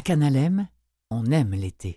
À Canalem, on aime l'été.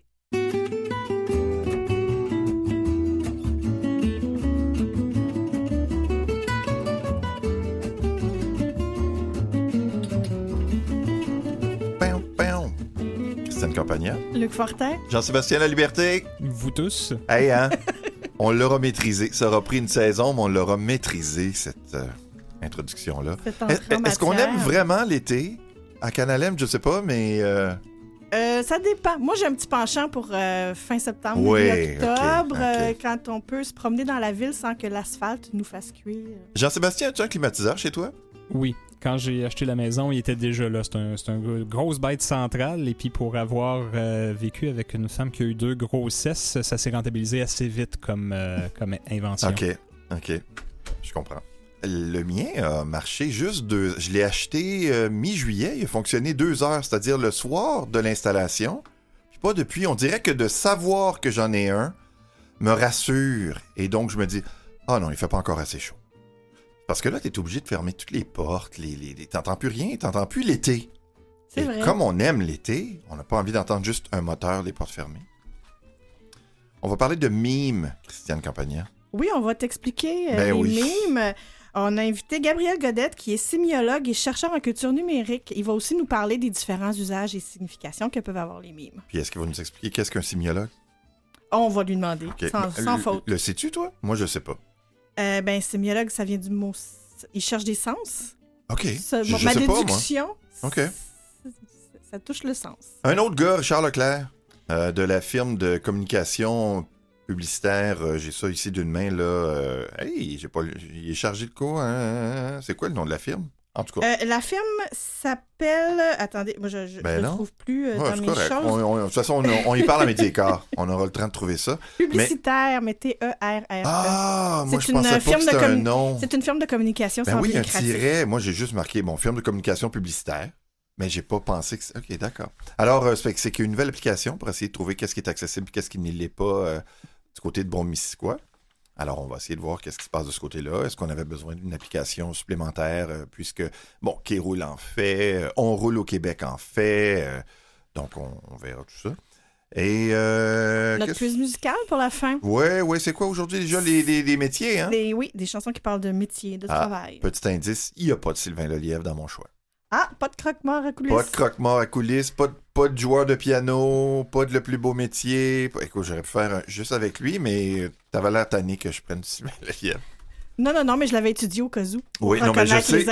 Christiane Campagna. Luc Fortin. Jean-Sébastien Laliberté. Vous tous. Hey, hein? On l'aura maîtrisé. Ça aura pris une saison, mais on l'aura maîtrisé, cette introduction-là. Est-ce qu'on aime vraiment l'été? À Canalem, je sais pas, mais... Ça dépend. Moi, j'ai un petit penchant pour fin septembre, début octobre, okay. quand on peut se promener dans la ville sans que l'asphalte nous fasse cuire. Jean-Sébastien, as-tu un climatiseur chez toi? Oui. Quand j'ai acheté la maison, il était déjà là. C'est une grosse bête centrale. Et puis pour avoir vécu avec une femme qui a eu 2 grossesses, ça s'est rentabilisé assez vite comme invention. OK. Je comprends. Le mien a marché juste 2... Je l'ai acheté mi-juillet. Il a fonctionné 2 heures, c'est-à-dire le soir de l'installation. Puis pas depuis. On dirait que de savoir que j'en ai un me rassure. Et donc, je me dis, non, il fait pas encore assez chaud. Parce que là, t'es obligé de fermer toutes les portes. T'entends plus rien. T'entends plus l'été. C'est vrai. Comme on aime l'été, on n'a pas envie d'entendre juste un moteur, les portes fermées. On va parler de mimes, Christiane Campagna. Oui, on va t'expliquer mimes. On a invité Gabriel Godette, qui est sémiologue et chercheur en culture numérique. Il va aussi nous parler des différents usages et significations que peuvent avoir les mimes. Puis est-ce qu'il va nous expliquer qu'est-ce qu'un sémiologue? On va lui demander, okay. sans faute. Le sais-tu, toi? Moi, je sais pas. Sémiologue, ça vient du mot... Il cherche des sens. OK. Ma déduction, OK. Ça touche le sens. Un autre gars, Richard Leclerc, de la firme de communication publicitaire, j'ai ça ici d'une main, là. Il est chargé de quoi? Hein? C'est quoi le nom de la firme? En tout cas. La firme s'appelle... Attendez, moi, je ne trouve plus dans mes correct. choses. De toute façon, on y parle à midi et quart. On aura le temps de trouver ça. Publicitaire, mais T-E-R-R-E. Moi, je pensais pas que c'était un nom. C'est une firme de communication sans but lucratif. Un tiret. Moi, j'ai juste marqué, firme de communication publicitaire. Mais j'ai pas pensé que... OK, d'accord. Alors, c'est qu'il y a une nouvelle application pour essayer de trouver qu'est-ce qui est accessible et qu'est-ce qui ne l'est pas du côté de Bon-Missisquoi. Alors, on va essayer de voir qu'est-ce qui se passe de ce côté-là. Est-ce qu'on avait besoin d'une application supplémentaire puisque, K-Roule en fait, On Roule au Québec en fait. Donc, on verra tout ça. Et notre quiz musical pour la fin. Oui, c'est quoi aujourd'hui déjà les métiers, hein? Des chansons qui parlent de métier, de travail. Petit indice, il n'y a pas de Sylvain Lelièvre dans mon choix. Pas de croque-mort à coulisses. Pas de croque-mort à coulisses, pas de joueur de piano, pas de le plus beau métier. Écoute, j'aurais pu faire juste avec lui, mais t'avais l'air tanné que je prenne Sylvain Lelièvre. Non, mais je l'avais étudié au cas où. Oui, non, mais je sais.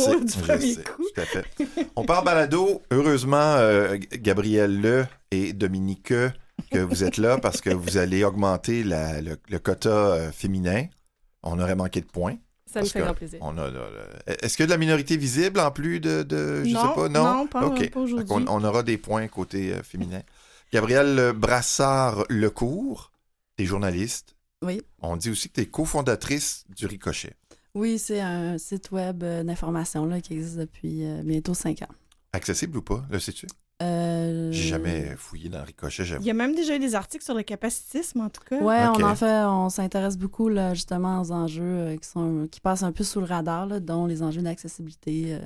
Coup. Tout à fait. On part balado. Heureusement, Gabrielle et Dominique, que vous êtes là parce que vous allez augmenter le quota féminin. On aurait manqué de points. Ça me fait grand plaisir. Est-ce qu'il y a de la minorité visible en plus de je sais pas? Non, pas aujourd'hui. On aura des points côté féminin. Gabrielle Brassard-Lecourt, t'es journaliste. Oui. On dit aussi que t'es cofondatrice du Ricochet. Oui, c'est un site web d'information qui existe depuis bientôt 5 ans. Accessible ou pas, le sais-tu? J'ai jamais fouillé dans le Ricochet. Il y a même déjà eu des articles sur le capacitisme, en tout cas. Oui, on s'intéresse beaucoup là, justement aux enjeux qui passent un peu sous le radar, là, dont les enjeux d'accessibilité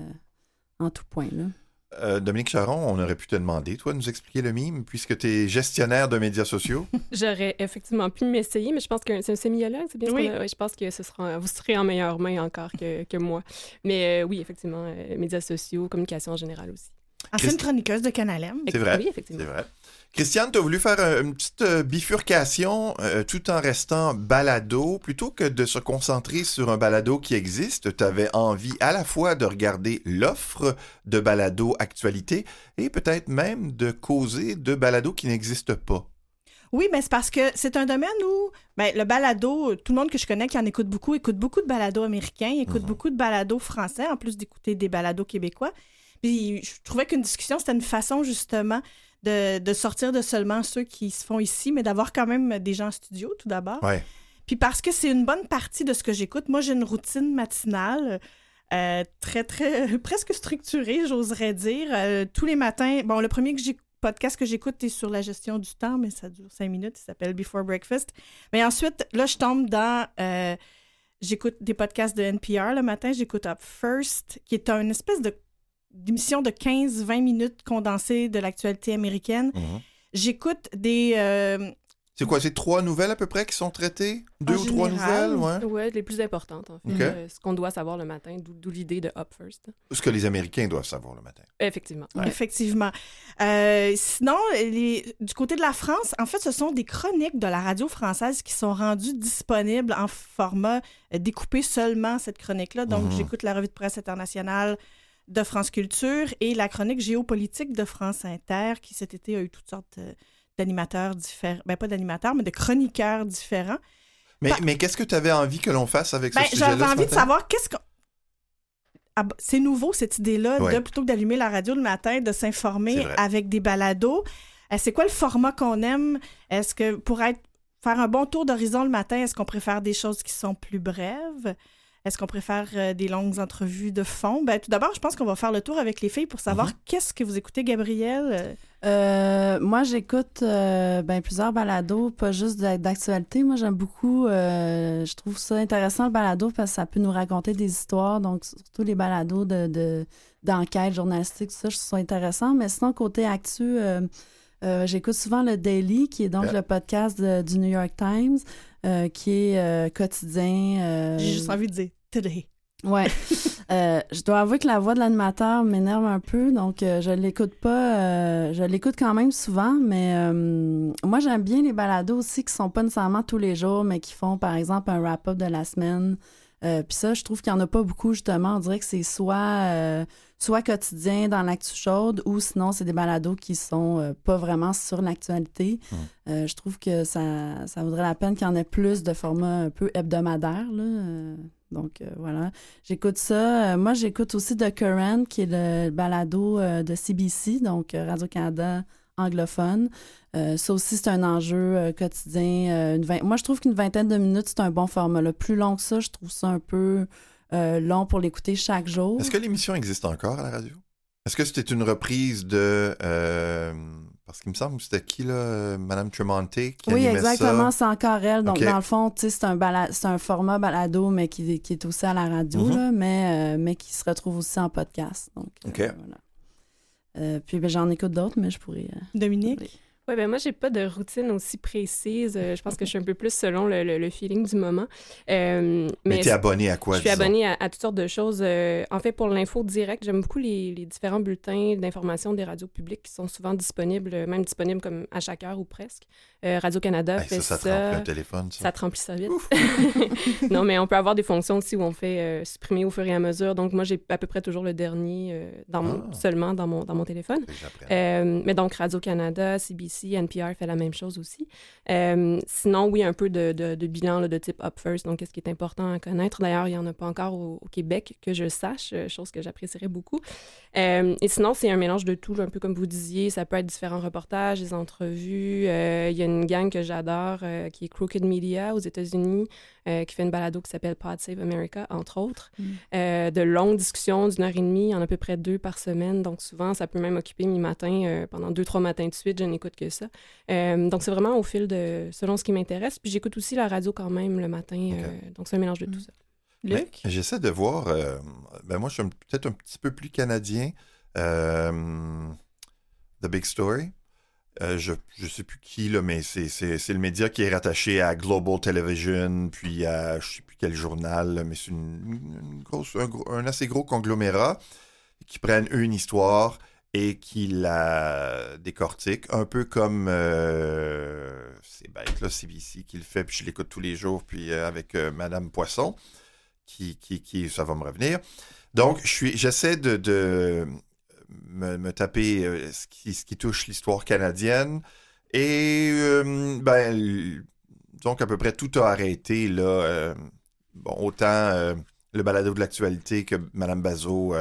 en tout point. Là. Dominique Charron, on aurait pu te demander, toi, de nous expliquer le mime, puisque tu es gestionnaire de médias sociaux. J'aurais effectivement pu m'essayer, mais je pense que c'est un sémiologue, c'est bien oui. Je pense que vous serez en meilleure main encore que moi. Mais oui, effectivement, médias sociaux, communication en général aussi. Ancienne chroniqueuse de Canalem. C'est vrai. Oui, effectivement. C'est vrai. Christiane, tu as voulu faire une petite bifurcation tout en restant balado. Plutôt que de se concentrer sur un balado qui existe, tu avais envie à la fois de regarder l'offre de balado actualité et peut-être même de causer de balado qui n'existe pas. Oui, mais c'est parce que c'est un domaine où le balado, tout le monde que je connais qui en écoute beaucoup de balados américains, écoute beaucoup de balados français, en plus d'écouter des balados québécois. Puis je trouvais qu'une discussion, c'était une façon justement de sortir de seulement ceux qui se font ici, mais d'avoir quand même des gens en studio tout d'abord. Ouais. Puis parce que c'est une bonne partie de ce que j'écoute. Moi, j'ai une routine matinale très, très, presque structurée, j'oserais dire. Tous les matins, le premier podcast que j'écoute est sur la gestion du temps, mais ça dure 5 minutes, il s'appelle Before Breakfast. Mais ensuite, là, je tombe dans... j'écoute des podcasts de NPR le matin, j'écoute Up First, qui est une espèce de d'émissions de 15-20 minutes condensées de l'actualité américaine. J'écoute des... C'est quoi, c'est 3 nouvelles à peu près qui sont traitées? 2 ou 3 nouvelles? Ouais, les plus importantes, en fait. Ce qu'on doit savoir le matin, d'où l'idée de Up First. Ce que les Américains doivent savoir le matin. Effectivement. Ouais. Effectivement. Sinon, du côté de la France, en fait, ce sont des chroniques de la radio française qui sont rendues disponibles en format découpé seulement, cette chronique-là. Donc, j'écoute la revue de presse internationale de France Culture et la chronique géopolitique de France Inter, qui cet été a eu toutes sortes d'animateurs différents. Ben, pas d'animateurs, mais de chroniqueurs différents. Mais qu'est-ce que tu avais envie que l'on fasse avec ce sujet-là? J'avais envie de savoir qu'est-ce qu'on... c'est nouveau, cette idée-là, de plutôt que d'allumer la radio le matin, de s'informer avec des balados. C'est quoi le format qu'on aime? Est-ce que pour faire un bon tour d'horizon le matin, est-ce qu'on préfère des choses qui sont plus brèves? Est-ce qu'on préfère des longues entrevues de fond? Ben, tout d'abord, je pense qu'on va faire le tour avec les filles pour savoir qu'est-ce que vous écoutez, Gabrielle? Moi, j'écoute plusieurs balados, pas juste d'actualité. Moi, j'aime beaucoup, je trouve ça intéressant, le balado, parce que ça peut nous raconter des histoires. Donc, surtout les balados d'enquête journalistique, tout ça, je trouve ça intéressant. Mais sinon, côté actu, j'écoute souvent le Daily, qui est donc le podcast du New York Times, qui est quotidien. J'ai juste envie de dire « Today ». Ouais. Je dois avouer que la voix de l'animateur m'énerve un peu, donc je l'écoute pas. Je l'écoute quand même souvent, mais moi, j'aime bien les balados aussi qui sont pas nécessairement tous les jours, mais qui font, par exemple, un wrap-up de la semaine. Puis ça, je trouve qu'il y en a pas beaucoup, justement. On dirait que c'est soit quotidien dans l'actu chaude, ou sinon, c'est des balados qui sont pas vraiment sur l'actualité. Je trouve que ça vaudrait la peine qu'il y en ait plus de formats un peu hebdomadaires, là. Donc, voilà. J'écoute ça. Moi, j'écoute aussi The Current, qui est le balado de CBC, donc Radio-Canada anglophone. Ça aussi, c'est un enjeu quotidien. Moi, je trouve qu'une vingtaine de minutes, c'est un bon format. Là. Plus long que ça, je trouve ça un peu long pour l'écouter chaque jour. Est-ce que l'émission existe encore à la radio? Est-ce que c'était une reprise de... parce qu'il me semble que c'était qui, là? Madame Tremonte qui animait exactement, ça? c'est encore elle. Donc, dans le fond, tu sais, c'est un format balado, mais qui est aussi à la radio, là, mais qui se retrouve aussi en podcast. Donc, voilà. Puis, j'en écoute d'autres, mais je pourrais... Dominique? Oui, ben moi, j'ai pas de routine aussi précise. Je pense que je suis un peu plus selon le feeling du moment. Mais t'es abonné à quoi, Je suis abonnée à toutes sortes de choses. En fait, pour l'info directe, j'aime beaucoup les différents bulletins d'information des radios publiques qui sont souvent disponibles, même disponibles comme à chaque heure ou presque. Radio-Canada fait ça. Ça te remplit un téléphone, ça. Ça te remplit ça vite. Non, mais on peut avoir des fonctions aussi où on fait supprimer au fur et à mesure. Donc, moi, j'ai à peu près toujours le dernier seulement dans mon téléphone. Mais donc, Radio-Canada, CBC, NPR fait la même chose aussi. Sinon, oui, un peu de bilan là, de type Up First, donc qu'est-ce qui est important à connaître. D'ailleurs, il n'y en a pas encore au Québec que je sache, chose que j'apprécierais beaucoup. Et sinon, c'est un mélange de tout, là, un peu comme vous disiez. Ça peut être différents reportages, des entrevues. Il y a une gang que j'adore qui est Crooked Media aux États-Unis, qui fait une balado qui s'appelle Pod Save America, entre autres. De longues discussions d'1h30, il y en a à peu près 2 par semaine. Donc souvent, ça peut même occuper mes matins. Pendant 2-3 matins de suite, je n'écoute que ça. Donc c'est vraiment au fil selon ce qui m'intéresse. Puis j'écoute aussi la radio quand même le matin. Donc c'est un mélange de tout ça. Luc? J'essaie de voir... moi, je suis peut-être un petit peu plus canadien. The Big Story. Je sais plus qui, là, mais c'est le média qui est rattaché à Global Television, puis à je sais plus quel journal, là, mais c'est un assez gros conglomérat qui prennent une histoire et qui la décortiquent, un peu comme c'est bête, là, CBC qui le fait, puis je l'écoute tous les jours, puis avec Madame Poisson, qui ça va me revenir. Donc, j'essaie de me taper ce qui touche l'histoire canadienne. Et, donc, à peu près tout a arrêté, là. Autant le balado de l'actualité que Mme Bazot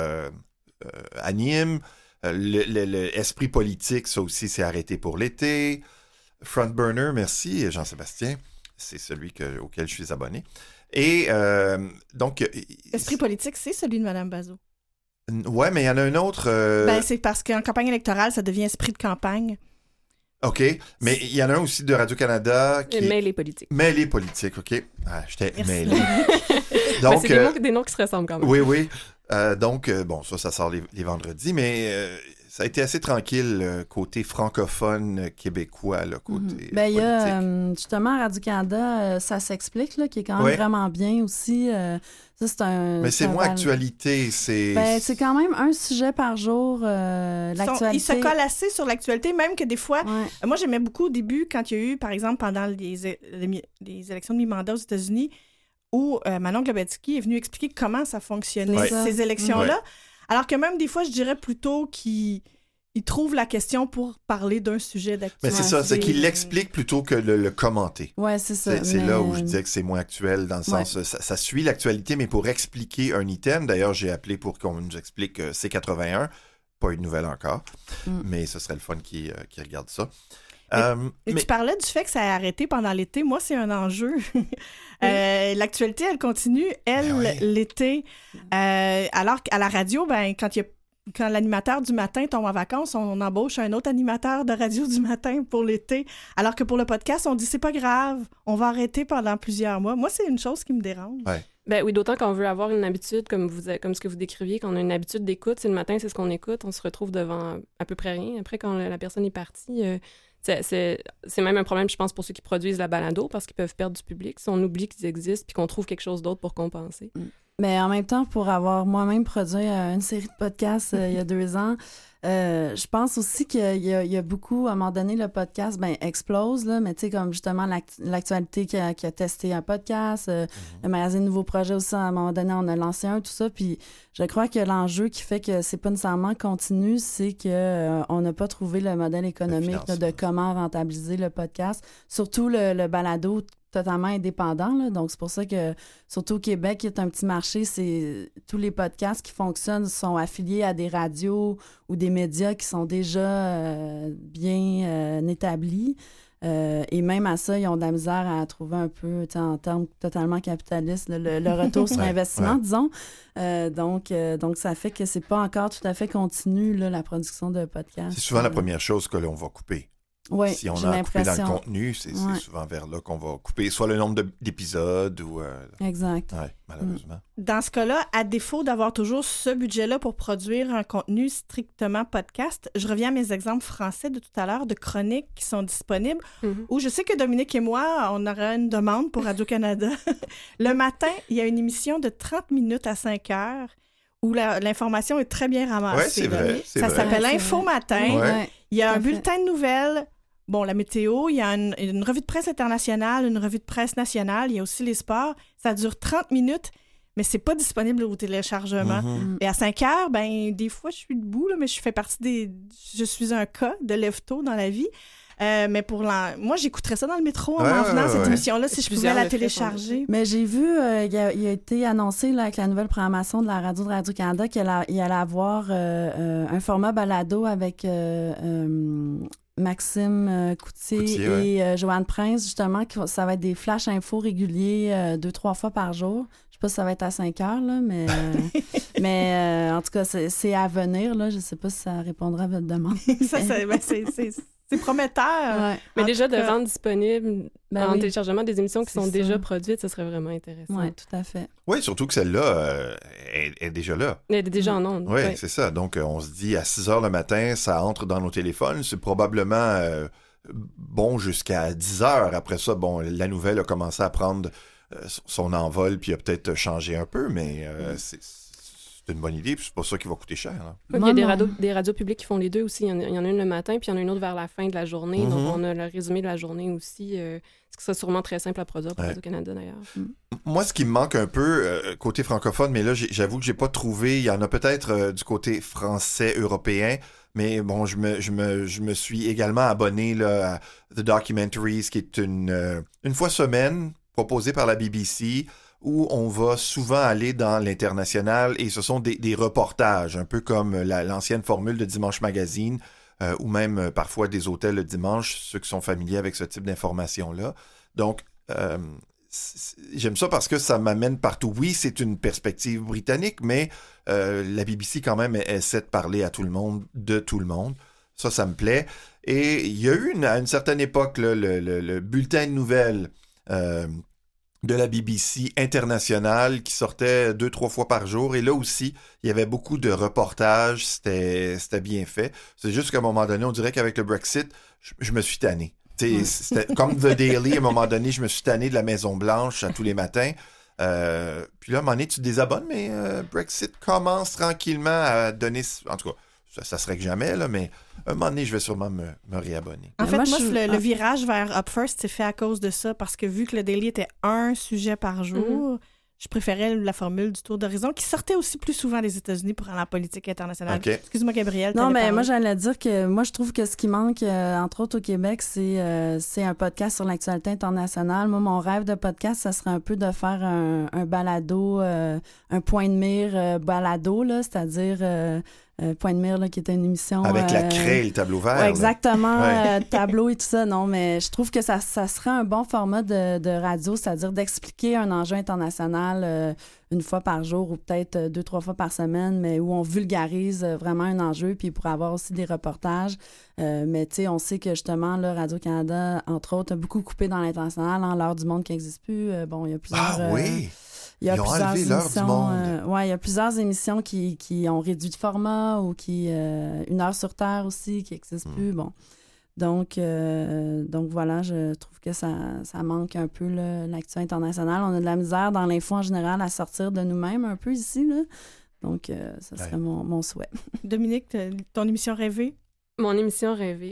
anime. L'esprit politique, ça aussi, s'est arrêté pour l'été. Front Burner, merci, Jean-Sébastien. C'est celui auquel je suis abonné. Et donc... Esprit politique, c'est celui de Mme Bazot. Ouais, mais il y en a un autre... c'est parce qu'en campagne électorale, ça devient esprit de campagne. OK. Mais il y en a un aussi de Radio-Canada qui... Mêlée politique. Mêlée politique, OK. J'étais mêlé. Donc, c'est des noms qui se ressemblent quand même. Oui. Donc, ça sort les vendredis, mais ça a été assez tranquille côté francophone québécois, là, côté il y a politique. justement à Radio-Canada, ça s'explique, là, qui est quand même vraiment bien aussi. Ça, c'est un... Mais c'est moins actualité, c'est... c'est quand même un sujet par jour, l'actualité. Ils se collent assez sur l'actualité, même que des fois... moi, j'aimais beaucoup au début, quand il y a eu, par exemple, pendant les élections de mi-mandat aux États-Unis, où Manon Globetsky est venue expliquer comment ça fonctionnait, ces élections-là. Ouais. Alors que même des fois, je dirais plutôt qu'il trouve la question pour parler d'un sujet d'actualité. Mais c'est ça, c'est qu'il l'explique plutôt que le commenter. Oui, c'est ça. C'est là où je disais que c'est moins actuel, dans le sens, ça suit l'actualité, mais pour expliquer un item. D'ailleurs, j'ai appelé pour qu'on nous explique C81. Pas une nouvelle encore, mais ce serait le fun qui regarde ça. Mais tu parlais du fait que ça a arrêté pendant l'été. Moi, c'est un enjeu. L'actualité, elle continue, l'été. Alors qu'à la radio, quand l'animateur du matin tombe en vacances, on embauche un autre animateur de radio du matin pour l'été. Alors que pour le podcast, on dit c'est pas grave, on va arrêter pendant plusieurs mois. Moi, c'est une chose qui me dérange. Ouais. Ben oui, d'autant qu'on veut avoir une habitude, comme ce que vous décriviez, qu'on a une habitude d'écoute. C'est le matin, c'est ce qu'on écoute. On se retrouve devant à peu près rien. Après, quand la personne est partie... C'est même un problème, je pense, pour ceux qui produisent la balado, parce qu'ils peuvent perdre du public si on oublie qu'ils existent puis qu'on trouve quelque chose d'autre pour compenser. Mais en même temps, pour avoir moi-même produit une série de podcasts il y a 2 ans, je pense aussi qu'il y a beaucoup, à un moment donné, le podcast explose, là, mais tu sais, comme justement l'actualité qui a testé un podcast, le magazine Nouveau Projet aussi, à un moment donné, on a lancé un, tout ça, puis je crois que l'enjeu qui fait que c'est pas nécessairement continu, c'est que on n'a pas trouvé le modèle économique là, de comment rentabiliser le podcast, surtout le balado totalement indépendant, là. Donc c'est pour ça que, surtout au Québec, il y a un petit marché, c'est tous les podcasts qui fonctionnent sont affiliés à des radios ou des médias qui sont déjà bien établis. Et même à ça, ils ont de la misère à trouver un peu, en termes totalement capitalistes, le retour sur investissement, disons. Donc, ça fait que c'est pas encore tout à fait continu, là, la production de podcasts. C'est souvent la première chose que l'on va couper. Oui, si on a coupé dans le contenu, c'est souvent vers là qu'on va couper, soit le nombre d'épisodes ou... Exact. Oui, malheureusement. Dans ce cas-là, à défaut d'avoir toujours ce budget-là pour produire un contenu strictement podcast, je reviens à mes exemples français de tout à l'heure, de chroniques qui sont disponibles, où je sais que Dominique et moi, on aura une demande pour Radio-Canada. Le matin, il y a une émission de 30 minutes à 5 heures où l'information est très bien ramassée. Oui, c'est vrai. Ça s'appelle Info Matin. Ouais. Il y a un bulletin de nouvelles. Bon, la météo, il y a une revue de presse internationale, une revue de presse nationale, il y a aussi les sports. Ça dure 30 minutes, mais c'est pas disponible au téléchargement. Et à 5 heures, des fois, je suis debout, là, mais je fais partie je suis un cas de lève-tôt dans la vie. Mais moi, j'écouterais ça dans le métro en venant cette émission-là, si je pouvais la télécharger. Mais j'ai vu, il a été annoncé là, avec la nouvelle programmation de la radio de Radio-Canada qu'il allait avoir un format balado avec Maxime Coutier et Joanne Prince, justement, ça va être des flash infos réguliers 2-3 fois par jour. Je sais pas si ça va être à 5 heures, là, mais en tout cas, c'est à venir. Là. Je sais pas si ça répondra à votre demande. C'est prometteur. Ouais. Mais déjà, de rendre disponible en téléchargement des émissions qui sont déjà produites, ça serait vraiment intéressant. Oui, tout à fait. Oui, surtout que celle-là est déjà là. Elle est déjà en ondes. Oui, c'est ça. Donc, on se dit à 6 heures le matin, ça entre dans nos téléphones. C'est probablement bon jusqu'à 10 heures. Après ça, la nouvelle a commencé à prendre son envol puis a peut-être changé un peu, mais c'est une bonne idée, puis c'est pas ça qui va coûter cher. Oui, il y a des radios publiques qui font les deux aussi. Il y en a une le matin, puis il y en a une autre vers la fin de la journée. Donc, on a le résumé de la journée aussi. Ce qui serait sûrement très simple à produire pour Radio-Canada, d'ailleurs. Moi, ce qui me manque un peu, côté francophone, mais là, j'avoue que j'ai pas trouvé. Il y en a peut-être du côté français, européen, mais bon, je me suis également abonné là, à The Documentaries, qui est une fois semaine, proposée par la BBC, où on va souvent aller dans l'international et ce sont des reportages, un peu comme l'ancienne formule de Dimanche Magazine ou même parfois des hôtels le dimanche, ceux qui sont familiers avec ce type d'informations-là. Donc, j'aime ça parce que ça m'amène partout. Oui, c'est une perspective britannique, mais la BBC quand même essaie de parler à tout le monde, de tout le monde. Ça me plaît. Et il y a eu à une certaine époque là, le bulletin de nouvelles de la BBC internationale qui sortait 2-3 fois par jour. Et là aussi, il y avait beaucoup de reportages. C'était bien fait. C'est juste qu'à un moment donné, on dirait qu'avec le Brexit, je me suis tanné. C'était comme The Daily, à un moment donné, je me suis tanné de la Maison-Blanche à tous les matins. Puis là, à un moment donné, tu te désabonnes, mais Brexit commence tranquillement à donner... En tout cas, ça serait que jamais, là, mais à un moment donné, je vais sûrement me réabonner. En fait, moi, le virage vers Up First, c'est fait à cause de ça, parce que vu que le Daily était un sujet par jour, je préférais la formule du tour d'horizon, qui sortait aussi plus souvent des États-Unis pour la politique internationale. Okay. Excuse-moi, Gabrielle. Non, mais moi, j'allais dire que moi, je trouve que ce qui manque, entre autres au Québec, c'est un podcast sur l'actualité internationale. Moi, mon rêve de podcast, ça serait un peu de faire un balado, un point de mire balado, là, c'est-à-dire... Point de mire, là, qui était une émission... Avec la craie et le tableau vert. Ouais, exactement, tableau et tout ça. Non, mais je trouve que ça serait un bon format de radio, c'est-à-dire d'expliquer un enjeu international une fois par jour ou peut-être 2-3 fois par semaine, mais où on vulgarise vraiment un enjeu, puis pour avoir aussi des reportages. Mais tu sais, on sait que justement, là, Radio-Canada, entre autres, a beaucoup coupé dans l'international, en l'heure du monde qui n'existe plus. Bon, il y a plusieurs... Ah oui! Ils ont enlevé l'heure du monde. Il y a plusieurs émissions qui ont réduit de format ou qui... Une heure sur Terre aussi, qui n'existe plus. Bon. Donc voilà, je trouve que ça manque un peu l'actu internationale. On a de la misère dans l'info en général à sortir de nous-mêmes un peu ici, là. Donc, ça serait mon souhait. Dominique, ton émission rêvée? Mon émission rêvée...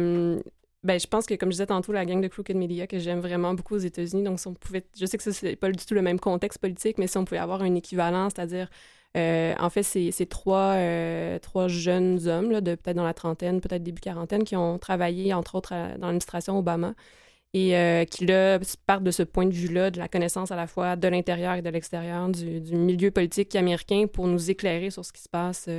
Ben, je pense que, comme je disais tantôt, la gang de Crooked Media, que j'aime vraiment beaucoup aux États-Unis, donc si on pouvait... Je sais que ça, c'est pas du tout le même contexte politique, mais si on pouvait avoir un équivalent, c'est-à-dire... en fait, c'est trois jeunes hommes, là, de peut-être dans la trentaine, peut-être début quarantaine, qui ont travaillé, entre autres, dans l'administration Obama, et qui, là, partent de ce point de vue-là, de la connaissance à la fois de l'intérieur et de l'extérieur du milieu politique américain pour nous éclairer sur ce qui se passe...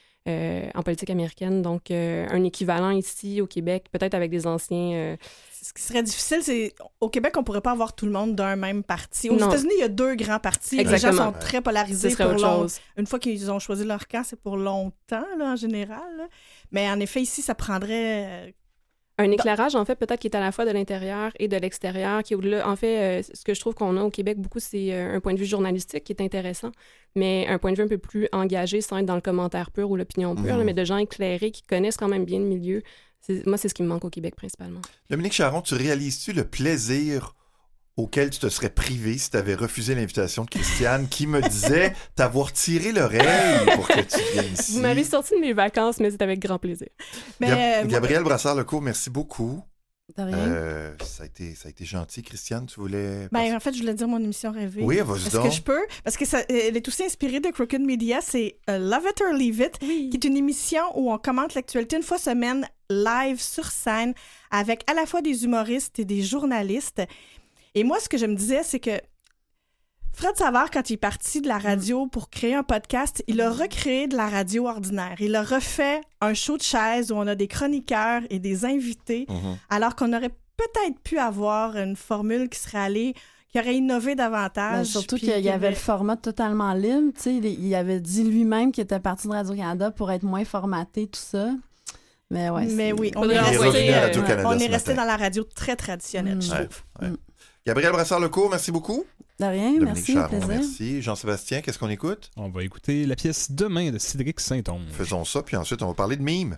en politique américaine. Donc, un équivalent ici au Québec, peut-être avec des anciens... Ce qui serait difficile, c'est... Au Québec, on pourrait pas avoir tout le monde d'un même parti. Aux États-Unis, il y a 2 grands partis. Exactement. Les gens sont très polarisés. Ce serait autre chose. Une fois qu'ils ont choisi leur camp, c'est pour longtemps, là, en général. Là. Mais en effet, ici, ça prendrait... Un éclairage, en fait, peut-être qui est à la fois de l'intérieur et de l'extérieur, qui est au-delà. En fait, ce que je trouve qu'on a au Québec beaucoup, c'est un point de vue journalistique qui est intéressant, mais un point de vue un peu plus engagé sans être dans le commentaire pur ou l'opinion pure, là, mais de gens éclairés qui connaissent quand même bien le milieu. Moi, c'est ce qui me manque au Québec, principalement. Dominique Charron, tu réalises-tu le plaisir auquel tu te serais privé si tu avais refusé l'invitation de Christiane, qui me disait t'avoir tiré l'oreille pour que tu viennes ici? Vous m'avez sorti de mes vacances, mais c'est avec grand plaisir. Gabrielle Brassard-Lecourt, merci beaucoup. De rien. Ça a été gentil. Christiane, tu voulais... En fait, je voulais dire mon émission rêvée. Oui, vas-y donc. Est-ce que je peux? Parce que elle est aussi inspirée de Crooked Media. C'est Love It or Leave It, qui est une émission où on commente l'actualité une fois semaine, live, sur scène, avec à la fois des humoristes et des journalistes. Et moi, ce que je me disais, c'est que Fred Savard, quand il est parti de la radio pour créer un podcast, il a recréé de la radio ordinaire. Il a refait un show de chaises où on a des chroniqueurs et des invités, alors qu'on aurait peut-être pu avoir une formule qui serait allée, qui aurait innové davantage. Surtout qu'il y avait le format totalement libre. Il avait dit lui-même qu'il était parti de Radio-Canada pour être moins formaté, tout ça. Mais oui, on est resté dans la radio très traditionnelle, je trouve. Gabrielle Brassard-Lecourt, merci beaucoup. De rien, Dominique merci, Charron, plaisir. merci. Jean-Sébastien, qu'est-ce qu'on écoute? On va écouter la pièce Demain de Cédric Saint-Onge. Faisons ça, puis ensuite, on va parler de mimes.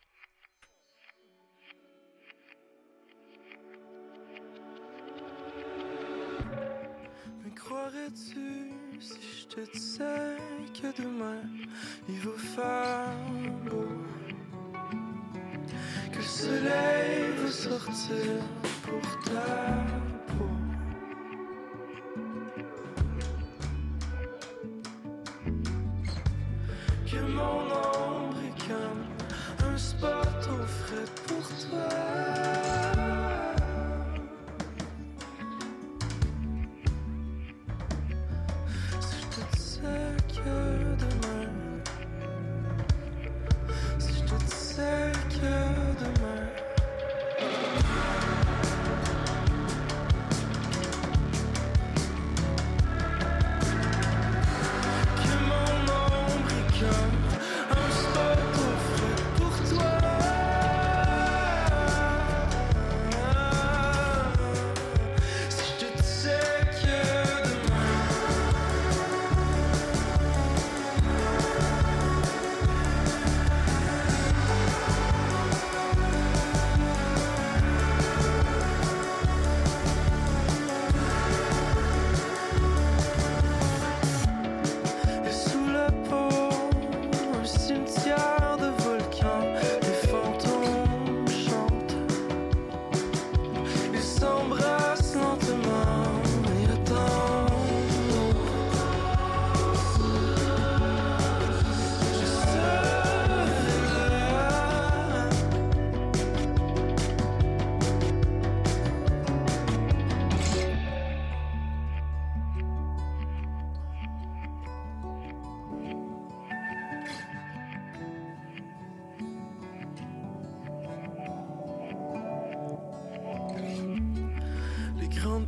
Mais croirais-tu si je te disais que demain, il va faire beau? Que le soleil va sortir pour ta peau? Que mon ombre est comme un spot au frais pour toi. Si je te disais que demain, si je te disais que demain,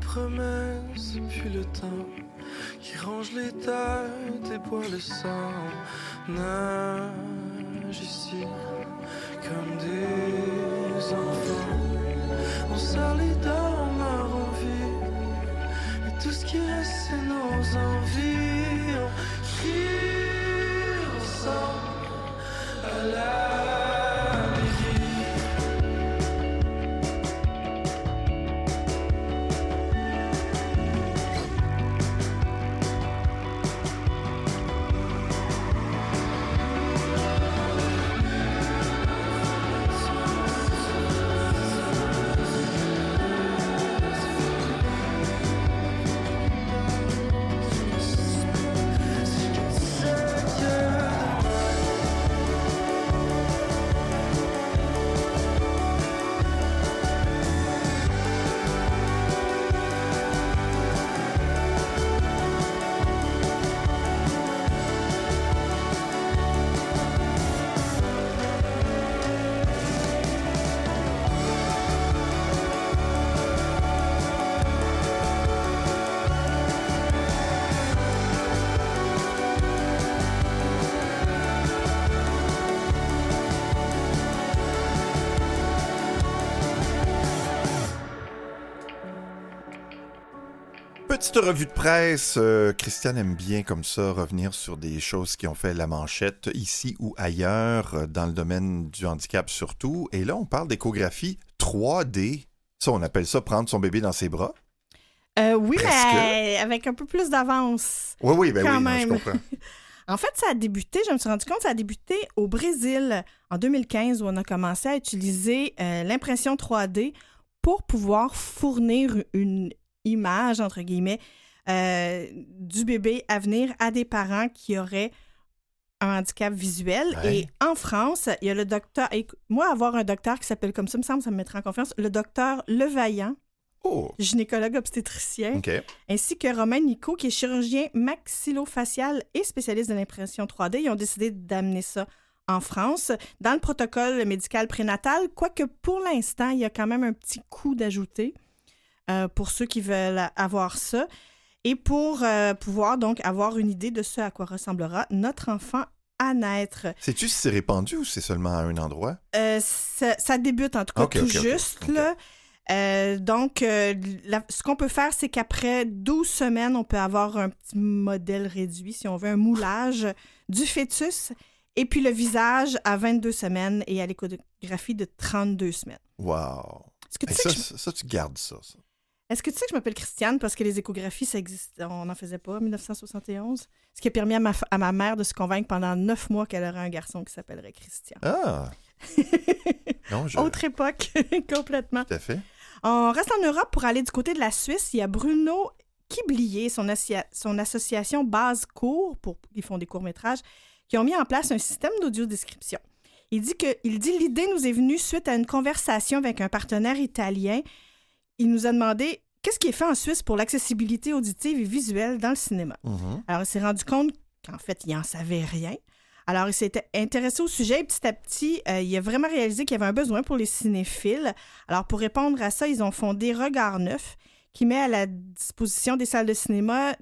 promesses, puis le temps qui range les têtes et boit le sang. Nage ici comme des enfants. On sort les dents, on meurt en vie. Et tout ce qui reste, c'est nos envies. On crie ensemble à la Petite revue de presse. Christiane aime bien comme ça revenir sur des choses qui ont fait la manchette ici ou ailleurs, dans le domaine du handicap surtout. Et là, on parle d'échographie 3D. Ça, on appelle ça prendre son bébé dans ses bras. Oui, mais avec un peu plus d'avance. Oui, quand non, même. je comprends. En fait, ça a débuté, je me suis rendu compte, ça a débuté au Brésil en 2015 où on a commencé à utiliser l'impression 3D pour pouvoir fournir une image, entre guillemets, du bébé à venir à des parents qui auraient un handicap visuel. Ouais. Et en France, il y a le docteur... Moi, avoir un docteur qui s'appelle comme ça, me semble, ça me mettrait en confiance. Le docteur Levaillant, Oh, gynécologue obstétricien, OK. ainsi que Romain Nico, qui est chirurgien maxillofacial et spécialiste de l'impression 3D. Ils ont décidé d'amener ça en France dans le protocole médical prénatal, quoique pour l'instant, il y a quand même un petit coup d'ajouter pour ceux qui veulent avoir ça et pour pouvoir donc avoir une idée de ce à quoi ressemblera notre enfant à naître. Sais-tu si c'est répandu ou c'est seulement à un endroit? Ça débute en tout cas Ok, ok, ok. juste, là. Ce qu'on peut faire, c'est qu'après 12 semaines, on peut avoir un petit modèle réduit, si on veut, un moulage du fœtus, et puis le visage à 22 semaines et à l'échographie de 32 semaines. Wow. Est-ce que tu Et sais ça, que ça, tu gardes ça. Est-ce que tu sais que je m'appelle Christiane parce que les échographies, ça existe, on n'en faisait pas en 1971? Ce qui a permis à ma mère de se convaincre pendant 9 mois qu'elle aurait un garçon qui s'appellerait Christian. Ah! Non, Autre époque, complètement. Tout à fait. On reste en Europe pour aller du côté de la Suisse. Il y a Bruno Kiblier, son association Base Court, ils font des courts-métrages, qui ont mis en place un système d'audio-description. Il dit l'idée nous est venue suite à une conversation avec un partenaire italien. Il nous a demandé qu'est-ce qui est fait en Suisse pour l'accessibilité auditive et visuelle dans le cinéma. Mhm. Alors, il s'est rendu compte qu'en fait, il n'en savait rien. Alors, il s'était intéressé au sujet et petit à petit, il a vraiment réalisé qu'il y avait un besoin pour les cinéphiles. Alors, pour répondre à ça, ils ont fondé Regard Neuf, qui met à la disposition des salles de cinéma,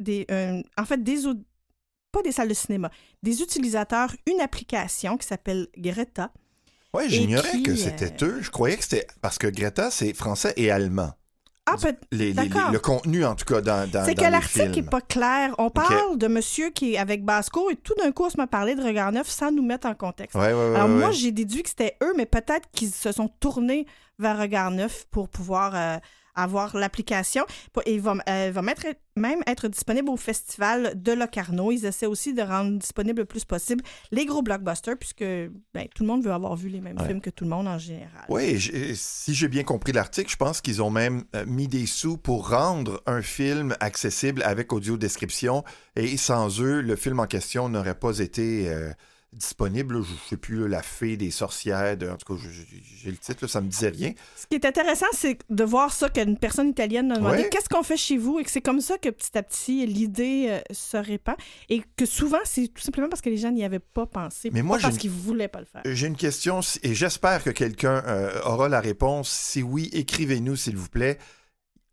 pas des salles de cinéma, des utilisateurs, une application qui s'appelle Greta. Oui, j'ignorais qui, que c'était eux. Je croyais que c'était... Parce que Greta, c'est français et allemand. Ah, d'accord. Le contenu, en tout cas, dans C'est que les l'article films. n'est pas clair. On parle de monsieur qui est avec Basco et tout d'un coup, on se m'a parlé de Regard Neuf sans nous mettre en contexte. Ouais, Alors moi, j'ai déduit que c'était eux, mais peut-être qu'ils se sont tournés vers Regard Neuf pour pouvoir avoir l'application. Elle va même être disponible au festival de Locarno. Ils essaient aussi de rendre disponible le plus possible les gros blockbusters, puisque tout le monde veut avoir vu les mêmes films que tout le monde en général. Oui, si j'ai bien compris l'article, je pense qu'ils ont même mis des sous pour rendre un film accessible avec audio-description. Et sans eux, le film en question n'aurait pas été disponible. Je ne sais plus, La Fée des sorcières. En tout cas, j'ai le titre, là, ça ne me disait rien. Ce qui est intéressant, c'est de voir ça, qu'une personne italienne a demandé Ouais. qu'est-ce qu'on fait chez vous et que c'est comme ça que petit à petit, l'idée se répand. Et que souvent, c'est tout simplement parce que les gens n'y avaient pas pensé, Mais moi, pas parce qu'ils ne voulaient pas le faire. J'ai une question et j'espère que quelqu'un aura la réponse. Si oui, écrivez-nous, s'il vous plaît.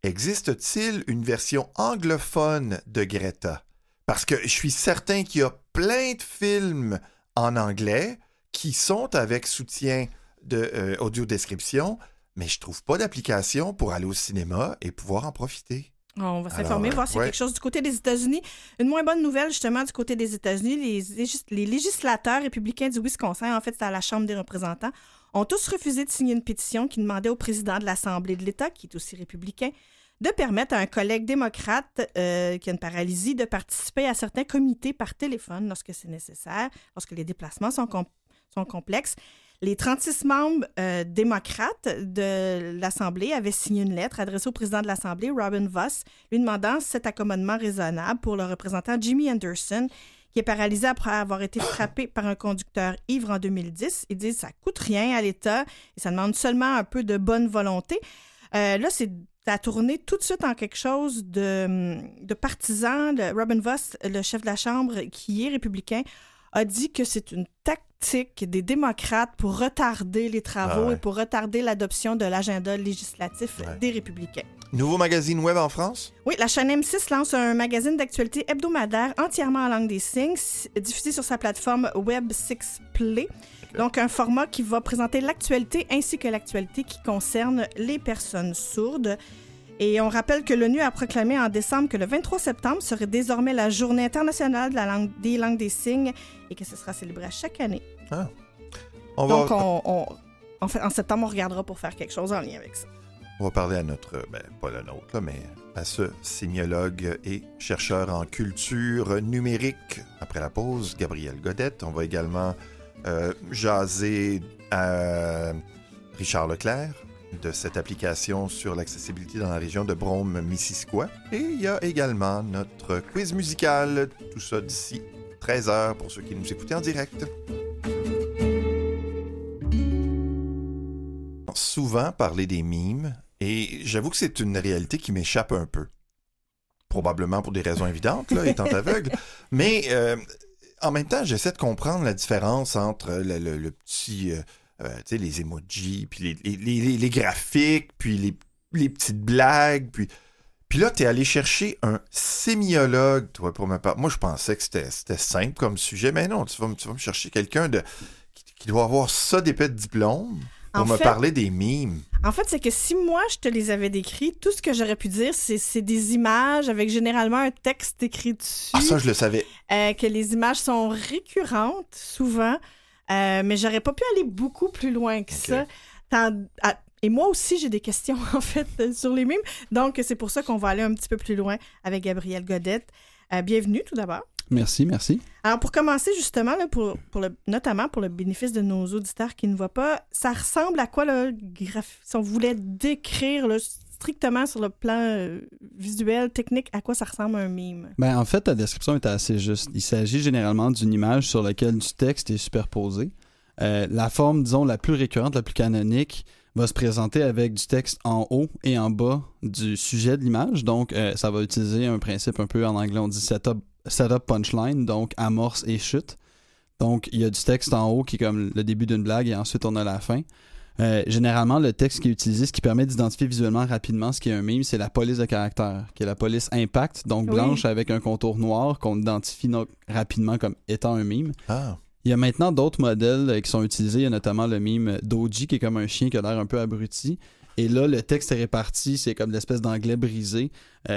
existe-t-il une version anglophone de Greta? Parce que je suis certain qu'il y a plein de films en anglais qui sont avec soutien de audio-description, mais je trouve pas d'application pour aller au cinéma et pouvoir en profiter. On va s'informer, voir s'il y a quelque chose du côté des États-Unis. Une moins bonne nouvelle, justement, du côté des États-Unis, les législateurs républicains du Wisconsin, en fait, c'est à la Chambre des représentants, ont tous refusé de signer une pétition qui demandait au président de l'Assemblée de l'État, qui est aussi républicain, de permettre à un collègue démocrate qui a une paralysie de participer à certains comités par téléphone lorsque c'est nécessaire, lorsque les déplacements sont complexes. Les 36 membres démocrates de l'Assemblée avaient signé une lettre adressée au président de l'Assemblée, Robin Voss, lui demandant cet accommodement raisonnable pour le représentant Jimmy Anderson, qui est paralysé après avoir été frappé par un conducteur ivre en 2010. Ils disent que ça ne coûte rien à l'État et ça demande seulement un peu de bonne volonté. Là, ça a tourné tout de suite en quelque chose de partisan. Robin Voss, le chef de la Chambre, qui est républicain, a dit que c'est une tactique des démocrates pour retarder les travaux et pour retarder l'adoption de l'agenda législatif des républicains. Nouveau magazine web en France? Oui, la chaîne M6 lance un magazine d'actualité hebdomadaire entièrement en langue des signes, diffusé sur sa plateforme Web 6 Play. Okay. Donc, un format qui va présenter l'actualité ainsi que l'actualité qui concerne les personnes sourdes. Et on rappelle que l'ONU a proclamé en décembre que le 23 septembre serait désormais la Journée internationale des langues des signes et que ce sera célébré à chaque année. Ah. Donc, en septembre, on regardera pour faire quelque chose en lien avec ça. On va parler à notre, pas le nôtre, là, mais à ce sémiologue et chercheur en culture numérique. Après la pause, Gabriel Godette. On va également jaser à Richard Leclerc de cette application sur l'accessibilité dans la région de Brome-Missisquoi. Et il y a également notre quiz musical. Tout ça d'ici 13h pour ceux qui nous écoutent en direct. Souvent parler des mimes, et j'avoue que c'est une réalité qui m'échappe un peu. Probablement pour des raisons évidentes, là, étant aveugle. Mais en même temps, j'essaie de comprendre la différence entre le petit... tu sais, les emojis, puis les graphiques, puis les petites blagues, puis là, t'es allé chercher un sémiologue, toi, pour ma part. Moi, je pensais que c'était simple comme sujet, mais non, tu vas me chercher quelqu'un qui doit avoir ça d'épais de diplôme pour me parler des mimes. En fait, c'est que si moi, je te les avais décrits, tout ce que j'aurais pu dire, c'est des images avec généralement un texte écrit dessus. Ah, ça, je le savais. Que les images sont récurrentes, souvent. Mais j'aurais pas pu aller beaucoup plus loin que ça. Et moi aussi, j'ai des questions, en fait, sur les mimes. Donc, c'est pour ça qu'on va aller un petit peu plus loin avec Gabriel Godette. Bienvenue, tout d'abord. Merci. Alors, pour commencer, justement, là, notamment pour le bénéfice de nos auditeurs qui ne voient pas, ça ressemble à quoi, là, si on voulait décrire, là, strictement sur le plan visuel, technique, à quoi ça ressemble un mime? En fait, ta description est assez juste. Il s'agit généralement d'une image sur laquelle du texte est superposé. La forme, disons, la plus récurrente, la plus canonique, va se présenter avec du texte en haut et en bas du sujet de l'image. Donc, ça va utiliser un principe un peu, en anglais, on dit setup punchline, donc amorce et chute. Donc, il y a du texte en haut qui est comme le début d'une blague et ensuite on a la fin. Généralement, le texte qui est utilisé, ce qui permet d'identifier visuellement rapidement ce qui est un mime, c'est la police de caractère, qui est la police impact, donc blanche avec un contour noir qu'on identifie rapidement comme étant un mime. Ah. Il y a maintenant d'autres modèles qui sont utilisés. Il y a notamment le mime Doji, qui est comme un chien qui a l'air un peu abruti. Et là, le texte est réparti, c'est comme l'espèce d'anglais brisé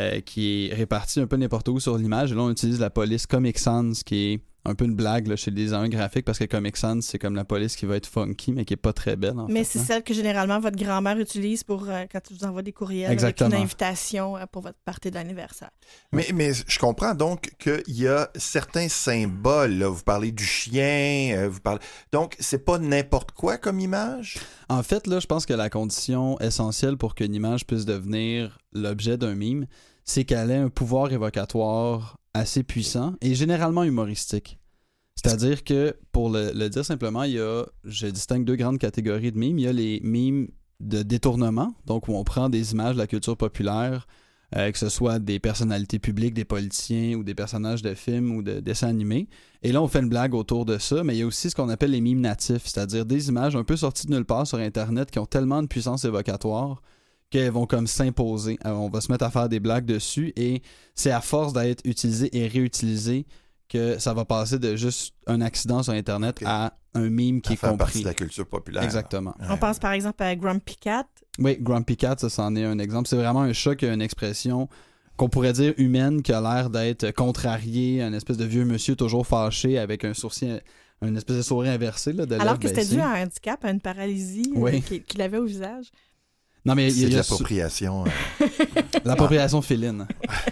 qui est réparti un peu n'importe où sur l'image. Et là, on utilise la police Comic Sans, qui est un peu une blague là, chez les designers graphiques, parce que Comic Sans, c'est comme la police qui va être funky, mais qui est pas très belle. Mais c'est celle que généralement votre grand-mère utilise pour quand tu vous envoie des courriels. Exactement. Avec une invitation pour votre party d'anniversaire. Mais je comprends donc qu'il y a certains symboles. Là. Vous parlez du chien, donc c'est pas n'importe quoi comme image? En fait, là, je pense que la condition essentielle pour qu'une image puisse devenir l'objet d'un mime, c'est qu'elle ait un pouvoir évocatoire assez puissant et généralement humoristique. C'est-à-dire que, pour le dire simplement, je distingue deux grandes catégories de mimes. Il y a les mimes de détournement, donc où on prend des images de la culture populaire, que ce soit des personnalités publiques, des politiciens ou des personnages de films ou de dessins animés. Et là, on fait une blague autour de ça, mais il y a aussi ce qu'on appelle les mimes natifs, c'est-à-dire des images un peu sorties de nulle part sur Internet qui ont tellement de puissance évocatoire qu'elles vont comme s'imposer. On va se mettre à faire des blagues dessus et c'est à force d'être utilisé et réutilisé que ça va passer de juste un accident sur Internet à un meme qui est faire partie compris. de la culture populaire. Exactement. On pense par exemple à Grumpy Cat. Oui, Grumpy Cat, ça c'en est un exemple. C'est vraiment un chat qui a une expression qu'on pourrait dire humaine, qui a l'air d'être contrarié, un espèce de vieux monsieur toujours fâché avec un sourcil, une espèce de sourire inversé. Là, de Alors lèvres que c'était baissées. dû à un handicap, à une paralysie Oui. qu'il avait au visage. Non, mais C'est de l'appropriation. L'appropriation féline.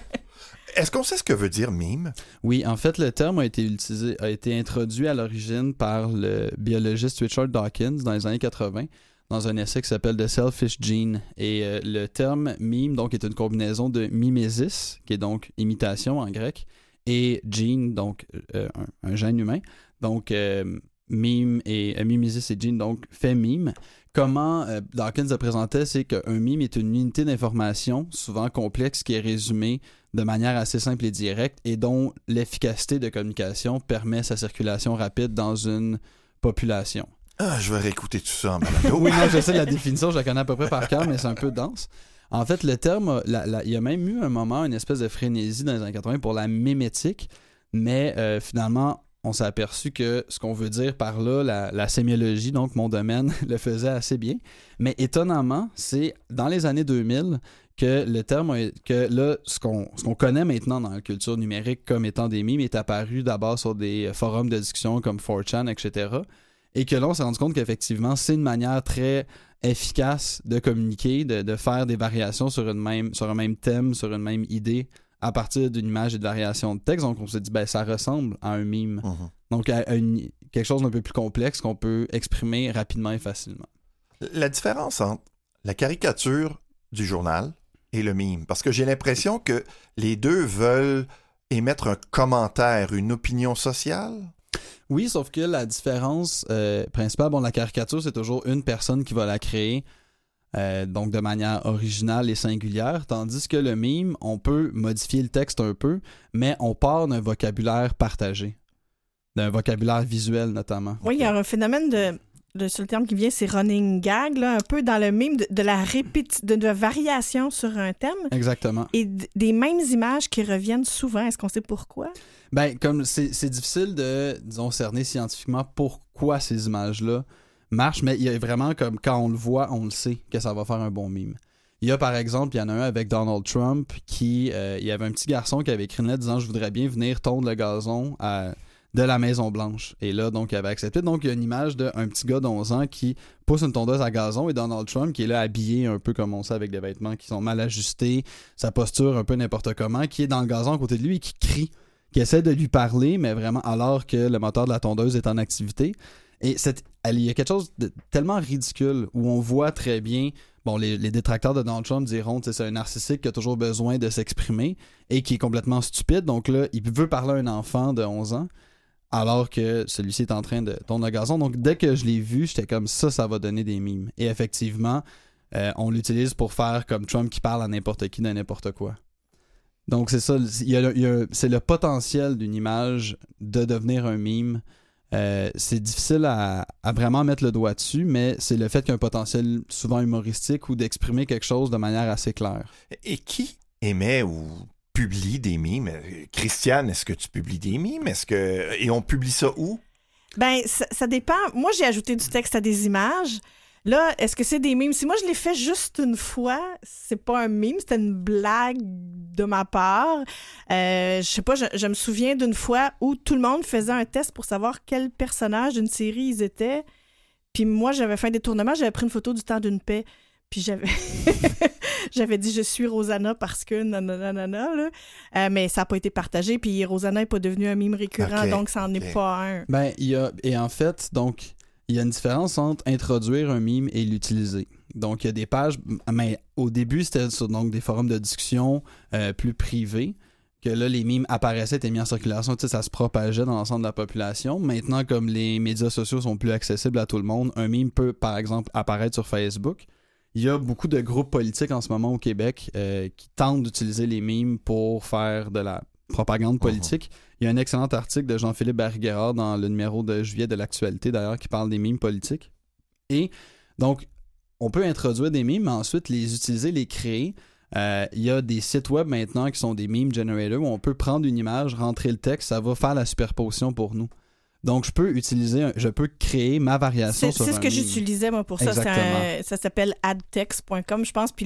Est-ce qu'on sait ce que veut dire meme? Oui, en fait, le terme a été introduit à l'origine par le biologiste Richard Dawkins dans les années 80, dans un essai qui s'appelle The Selfish Gene. Et le terme meme, donc, est une combinaison de mimesis, qui est donc imitation en grec, et gene, donc un gène humain. Donc, meme et mimesis et gene, donc, fait meme. Comment Dawkins le présentait, c'est qu'un meme est une unité d'information, souvent complexe, qui est résumée de manière assez simple et directe et dont l'efficacité de communication permet sa circulation rapide dans une population. Ah, je vais réécouter tout ça en balado. Oui, non, je sais la définition, je la connais à peu près par cœur, mais c'est un peu dense. En fait, le terme, il y a même eu un moment, une espèce de frénésie dans les années 80 pour la mémétique, mais finalement, on s'est aperçu que ce qu'on veut dire par là, la sémiologie, donc mon domaine, le faisait assez bien. Mais étonnamment, c'est dans les années 2000 que le terme, que là, ce qu'on connaît maintenant dans la culture numérique comme étant des memes est apparu d'abord sur des forums de discussion comme 4chan, etc. Et que là, on s'est rendu compte qu'effectivement, c'est une manière très efficace de communiquer, de faire des variations sur un même thème, sur une même idée, à partir d'une image et de variation de texte. Donc, on s'est dit, ben, ça ressemble à un meme. Mm-hmm. Donc, quelque chose d'un peu plus complexe qu'on peut exprimer rapidement et facilement. La différence entre la caricature du journal et le meme, parce que j'ai l'impression que les deux veulent émettre un commentaire, une opinion sociale. Oui, sauf que la différence principale, la caricature, c'est toujours une personne qui va la créer, donc de manière originale et singulière, tandis que le meme, on peut modifier le texte un peu, mais on part d'un vocabulaire partagé, d'un vocabulaire visuel notamment. Oui, il y a un phénomène sur le terme qui vient, c'est running gag, là, un peu dans le meme de la de variation sur un thème. Exactement. Et des mêmes images qui reviennent souvent. Est-ce qu'on sait pourquoi? Ben, comme c'est difficile de, disons, cerner scientifiquement pourquoi ces images-là marchent, mais il y a vraiment comme quand on le voit, on le sait que ça va faire un bon meme. Il y a par exemple, il y en a un avec Donald Trump qui, il y avait un petit garçon qui avait écrit une lettre disant « Je voudrais bien venir tondre le gazon de la Maison-Blanche ». Et là, donc, il avait accepté. Donc, il y a une image d'un petit gars d'11 ans qui pousse une tondeuse à gazon et Donald Trump qui est là habillé un peu comme on sait avec des vêtements qui sont mal ajustés, sa posture un peu n'importe comment, qui est dans le gazon à côté de lui et qui crie, qui essaie de lui parler, mais vraiment alors que le moteur de la tondeuse est en activité. Et il y a quelque chose de tellement ridicule où on voit très bien, les détracteurs de Donald Trump diront que c'est un narcissique qui a toujours besoin de s'exprimer et qui est complètement stupide. Donc là, il veut parler à un enfant de 11 ans alors que celui-ci est en train de tondre le gazon. Donc dès que je l'ai vu, j'étais comme ça va donner des mimes. Et effectivement, on l'utilise pour faire comme Trump qui parle à n'importe qui de n'importe quoi. Donc c'est ça, c'est le potentiel d'une image de devenir un meme. C'est difficile à vraiment mettre le doigt dessus, mais c'est le fait qu'il y a un potentiel souvent humoristique ou d'exprimer quelque chose de manière assez claire. Et qui émet ou publie des mimes? Christiane, est-ce que tu publies des mimes? Et on publie ça où? Ben, ça dépend. Moi, j'ai ajouté du texte à des images. Là, est-ce que c'est des mimes? Si moi, je l'ai fait juste une fois, c'est pas un mime, c'était une blague de ma part. Je sais pas, je me souviens d'une fois où tout le monde faisait un test pour savoir quel personnage d'une série ils étaient. Puis moi, j'avais fait un détournement, j'avais pris une photo du temps d'une paix. Puis j'avais dit « Je suis Rosanna parce que nanana », là. Mais ça n'a pas été partagé. Puis Rosanna n'est pas devenue un mime récurrent, donc ça n'en est pas un. Ben, et en fait, donc... Il y a une différence entre introduire un meme et l'utiliser. Donc, il y a des pages, mais au début, c'était sur donc, des forums de discussion plus privés, que là, les memes apparaissaient, étaient mis en circulation, ça se propageait dans l'ensemble de la population. Maintenant, comme les médias sociaux sont plus accessibles à tout le monde, un meme peut, par exemple, apparaître sur Facebook. Il y a beaucoup de groupes politiques en ce moment au Québec qui tentent d'utiliser les memes pour faire de la propagande politique. Il y a un excellent article de Jean-Philippe Barry-Guerrard dans le numéro de juillet de l'Actualité, d'ailleurs, qui parle des mimes politiques. Et donc, on peut introduire des mimes, mais ensuite les utiliser, les créer. Il y a des sites web maintenant qui sont des meme generators où on peut prendre une image, rentrer le texte, ça va faire la superposition pour nous. Donc, je peux créer ma variation sur un C'est ce que meme. j'utilisais, moi, pour ça. Ça s'appelle adtext.com, je pense. Puis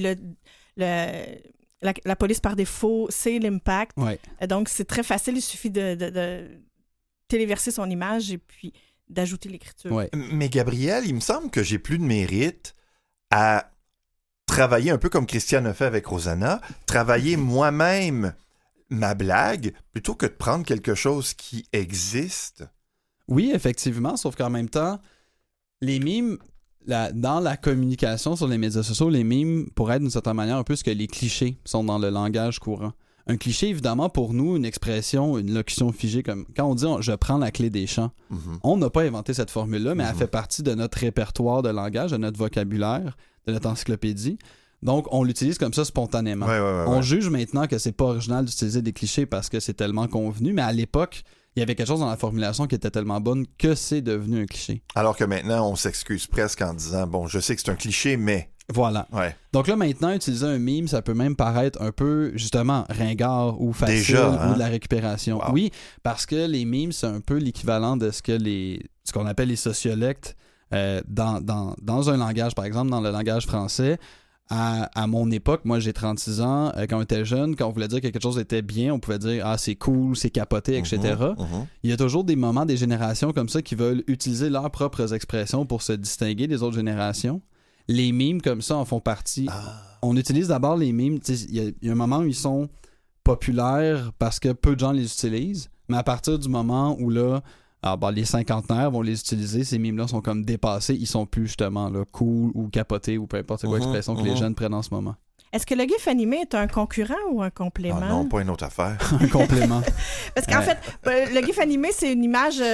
la police, par défaut, c'est l'impact. Ouais. Donc, c'est très facile. Il suffit de téléverser son image et puis d'ajouter l'écriture. Ouais. Mais Gabriel, il me semble que j'ai plus de mérite à travailler un peu comme Christiane a fait avec Rosanna, travailler moi-même ma blague plutôt que de prendre quelque chose qui existe. Oui, effectivement, sauf qu'en même temps, les mimes, dans la communication sur les médias sociaux, les mimes pourraient être d'une certaine manière un peu ce que les clichés sont dans le langage courant. Un cliché, évidemment, pour nous, une expression, une locution figée, comme quand on dit « je prends la clé des champs on n'a pas inventé cette formule-là, mais elle fait partie de notre répertoire de langage, de notre vocabulaire, de notre encyclopédie. Donc, on l'utilise comme ça spontanément. On juge maintenant que c'est pas original d'utiliser des clichés parce que c'est tellement convenu, mais à l'époque, il y avait quelque chose dans la formulation qui était tellement bonne que c'est devenu un cliché. Alors que maintenant, on s'excuse presque en disant « bon, je sais que c'est un cliché, mais... » Voilà. Ouais. Donc là, maintenant, utiliser un meme, ça peut même paraître un peu, justement, ringard ou facile. Déjà, hein? Ou de la récupération. Wow. Oui, parce que les memes, c'est un peu l'équivalent de ce qu'on appelle les sociolectes dans un langage, par exemple, dans le langage français. À mon époque, moi j'ai 36 ans, quand on était jeune, quand on voulait dire que quelque chose était bien, on pouvait dire « ah, c'est cool, c'est capoté, etc. Il y a toujours des moments, des générations comme ça qui veulent utiliser leurs propres expressions pour se distinguer des autres générations. Les memes comme ça en font partie. On utilise d'abord les memes, il y a un moment où ils sont populaires parce que peu de gens les utilisent, mais à partir du moment où là, les cinquantenaires vont les utiliser, ces memes-là sont comme dépassés, ils sont plus justement là, cool ou capotés ou peu importe quoi expression que les jeunes prennent en ce moment. Est-ce que le GIF animé est un concurrent ou un complément? Ah non, pas une autre affaire. Un complément. Parce qu'en fait, le GIF animé, c'est une image...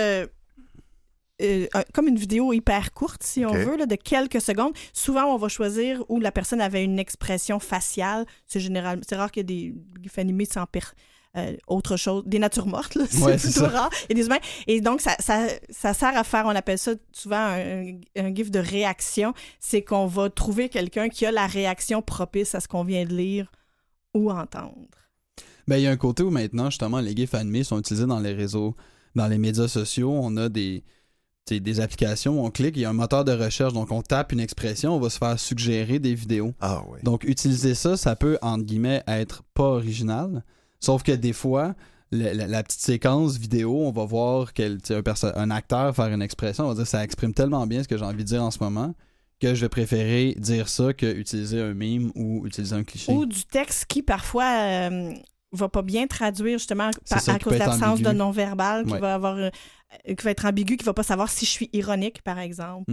comme une vidéo hyper courte, si on veut, là, de quelques secondes. Souvent, on va choisir où la personne avait une expression faciale. C'est rare qu'il y ait des gifs animés sans autre chose, des natures mortes, là. C'est plutôt rare. Il y a des humains. Et donc, ça sert à faire, on appelle ça souvent un gif de réaction. C'est qu'on va trouver quelqu'un qui a la réaction propice à ce qu'on vient de lire ou entendre. Ben, il y a un côté où maintenant, justement, les gifs animés sont utilisés dans les réseaux, dans les médias sociaux. On a des applications, on clique, il y a un moteur de recherche, donc on tape une expression, on va se faire suggérer des vidéos. Ah oui. Donc utiliser ça peut, entre guillemets, être pas original, sauf que des fois, la petite séquence vidéo, on va voir un acteur faire une expression, on va dire ça exprime tellement bien ce que j'ai envie de dire en ce moment que je vais préférer dire ça que utiliser un meme ou utiliser un cliché. Ou du texte qui, parfois... va pas bien traduire justement à cause de l'absence de non-verbal, qui va avoir qui va être ambigu, qui va pas savoir si je suis ironique, par exemple.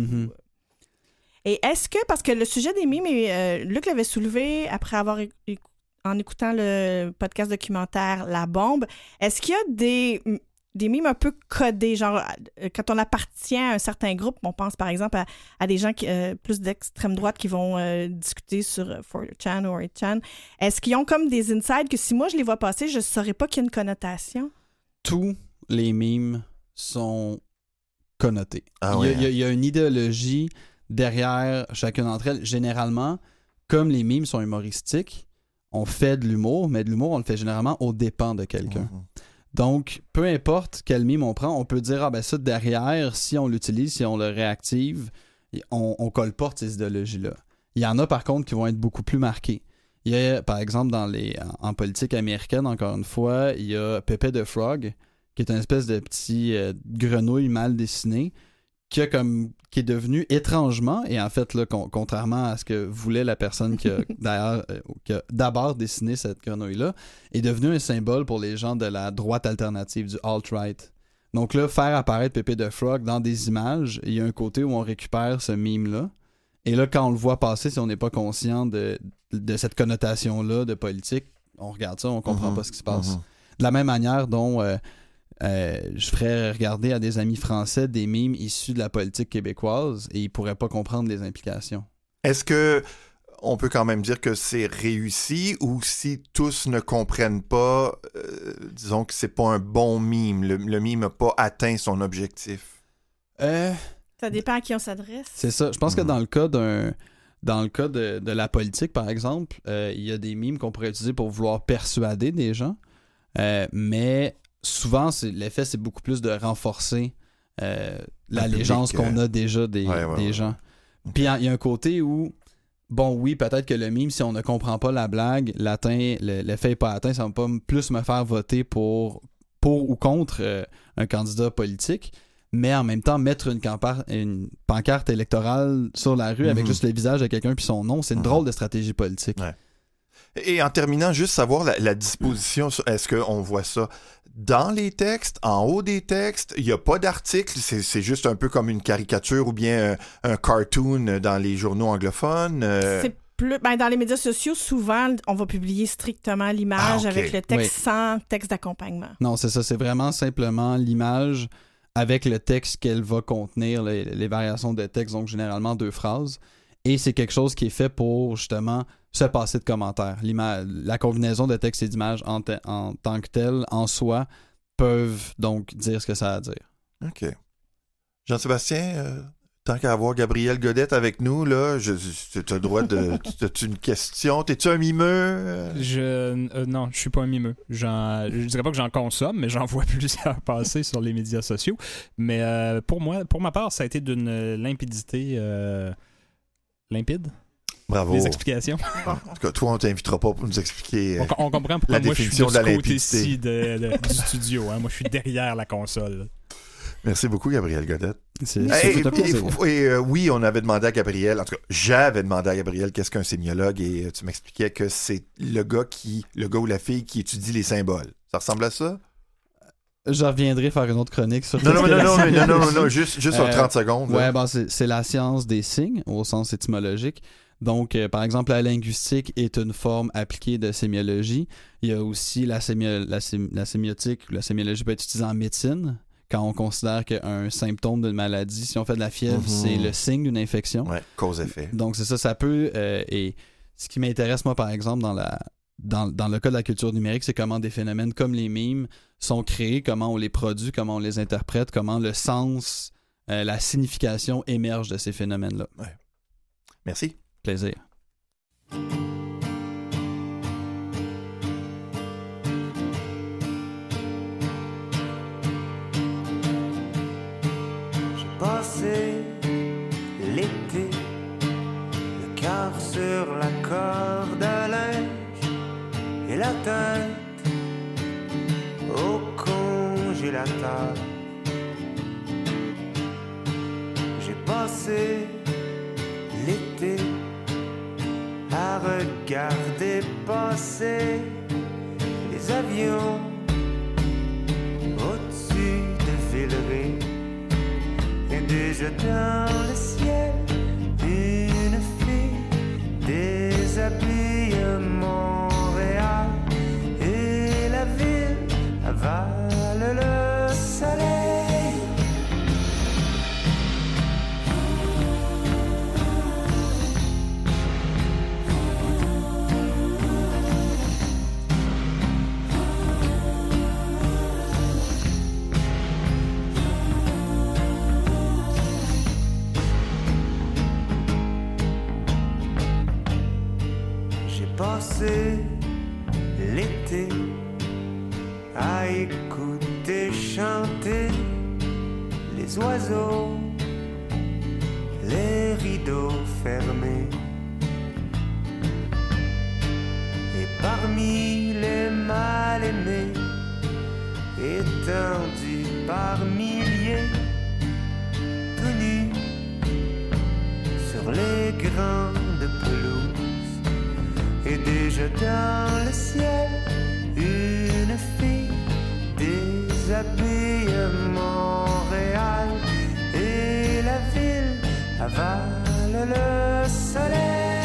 Et est-ce que, parce que le sujet des mimes, Luc l'avait soulevé après avoir en écoutant le podcast documentaire La Bombe, est-ce qu'il y a des mimes un peu codés, genre quand on appartient à un certain groupe, on pense par exemple à des gens plus d'extrême droite qui vont discuter sur 4chan ou 8chan. Est-ce qu'ils ont comme des insides que si moi je les vois passer, je ne saurais pas qu'il y a une connotation? Tous les mimes sont connotés. Ah il y a une idéologie derrière chacune d'entre elles. Généralement, comme les mimes sont humoristiques, on fait de l'humour, mais de l'humour, on le fait généralement aux dépens de quelqu'un. Donc, peu importe quel mime on prend, on peut dire, ça derrière, si on l'utilise, si on le réactive, on colporte ces idéologies-là. Il y en a par contre qui vont être beaucoup plus marqués. Il y a, par exemple, en politique américaine, encore une fois, il y a Pepe the Frog, qui est une espèce de petit grenouille mal dessiné, qui est devenu étrangement, et en fait, là, contrairement à ce que voulait la personne qui a d'abord dessiné cette grenouille-là, est devenu un symbole pour les gens de la droite alternative, du alt-right. Donc là, faire apparaître Pepe the Frog dans des images, il y a un côté où on récupère ce meme-là, et là, quand on le voit passer, si on n'est pas conscient de cette connotation-là de politique, on regarde ça, on comprend pas ce qui se passe. De la même manière dont... je ferais regarder à des amis français des mimes issus de la politique québécoise et ils pourraient pas comprendre les implications. Est-ce que on peut quand même dire que c'est réussi ou si tous ne comprennent pas, disons que c'est pas un bon mime, le mime n'a pas atteint son objectif? Ça dépend à qui on s'adresse. C'est ça. Je pense que dans le cas Dans le cas de la politique, par exemple, il y a des mimes qu'on pourrait utiliser pour vouloir persuader des gens, mais souvent, l'effet, c'est beaucoup plus de renforcer l'allégeance qu'on a déjà des gens. Puis il y a un côté où, bon, oui, peut-être que le mime, si on ne comprend pas la blague, l'effet n'est pas atteint, ça va pas plus me faire voter pour ou contre un candidat politique, mais en même temps, mettre une pancarte électorale sur la rue avec juste le visage de quelqu'un puis son nom, c'est une drôle de stratégie politique. Ouais. Et en terminant, juste savoir la disposition, est-ce qu'on voit ça dans les textes, en haut des textes? Il n'y a pas d'article, c'est juste un peu comme une caricature ou bien un cartoon dans les journaux anglophones? C'est plus, dans les médias sociaux, souvent, on va publier strictement l'image avec le texte sans texte d'accompagnement. Non, c'est ça, c'est vraiment simplement l'image avec le texte qu'elle va contenir, les variations de texte, donc généralement 2 phrases. Et c'est quelque chose qui est fait pour, justement, se passer de commentaires. La combinaison de texte et d'images en tant que telle, en soi, peuvent donc dire ce que ça a à dire. OK. Jean-Sébastien, tant qu'à avoir Gabriel Godette avec nous, là, tu as le droit de... As-tu une question? T'es-tu un mimeux? Non, je suis pas un mimeux. Je dirais pas que j'en consomme, mais j'en vois plusieurs passer sur les médias sociaux. Mais pour ma part, ça a été d'une limpidité... limpide? Bravo. Les explications. En tout cas, toi, on t'invitera pas pour nous expliquer on comprend pourquoi la moi, je suis définition de de la ce côté-ci limpidité. du studio. Hein. Moi, je suis derrière la console. Merci beaucoup, Gabriel Godette. C'est tout un plaisir. Oui, on avait demandé à Gabriel, en tout cas, j'avais demandé à Gabriel qu'est-ce qu'un sémiologue et tu m'expliquais que c'est le gars ou la fille qui étudie les symboles. Ça ressemble à ça? Je reviendrai faire une autre chronique sur Non, juste en 30 secondes. Ouais, c'est la science des signes au sens étymologique. Donc, par exemple, la linguistique est une forme appliquée de sémiologie. Il y a aussi la sémiotique, la sémiologie peut être utilisée en médecine quand on considère qu'un symptôme d'une maladie, si on fait de la fièvre, c'est le signe d'une infection. Ouais, cause-effet. Donc, c'est ça peut... et ce qui m'intéresse, moi, par exemple, dans le cas de la culture numérique, c'est comment des phénomènes comme les mimes sont créés, comment on les produit, comment on les interprète, comment le sens, la signification émerge de ces phénomènes-là. Ouais. Merci. Plaisir. J'ai passé l'été, le cœur sur la corde à linge et la tête au congélateur. J'ai passé l'été à regarder passer les avions au-dessus de Villeray et déjà dans le ciel une fille déshabille Montréal et la ville avale le soleil. Passé l'été à écouter chanter les oiseaux, les rideaux fermés. Et parmi les mal-aimés, étendus par milliers, tout nus sur les grandes pelouses. Et déjà dans le ciel, une fille déshabille Montréal et la ville avale le soleil.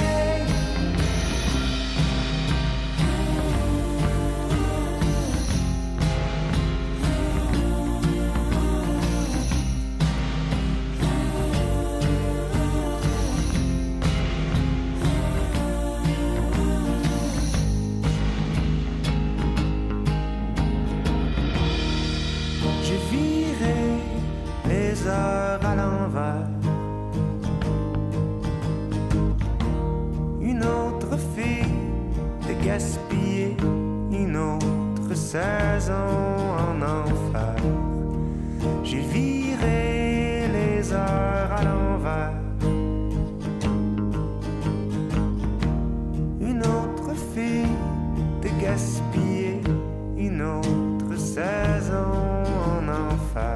heures à l'envers gaspiller une autre saison en enfer. J'ai viré les heures à l'envers. Une autre fille de gaspiller une autre saison en enfer.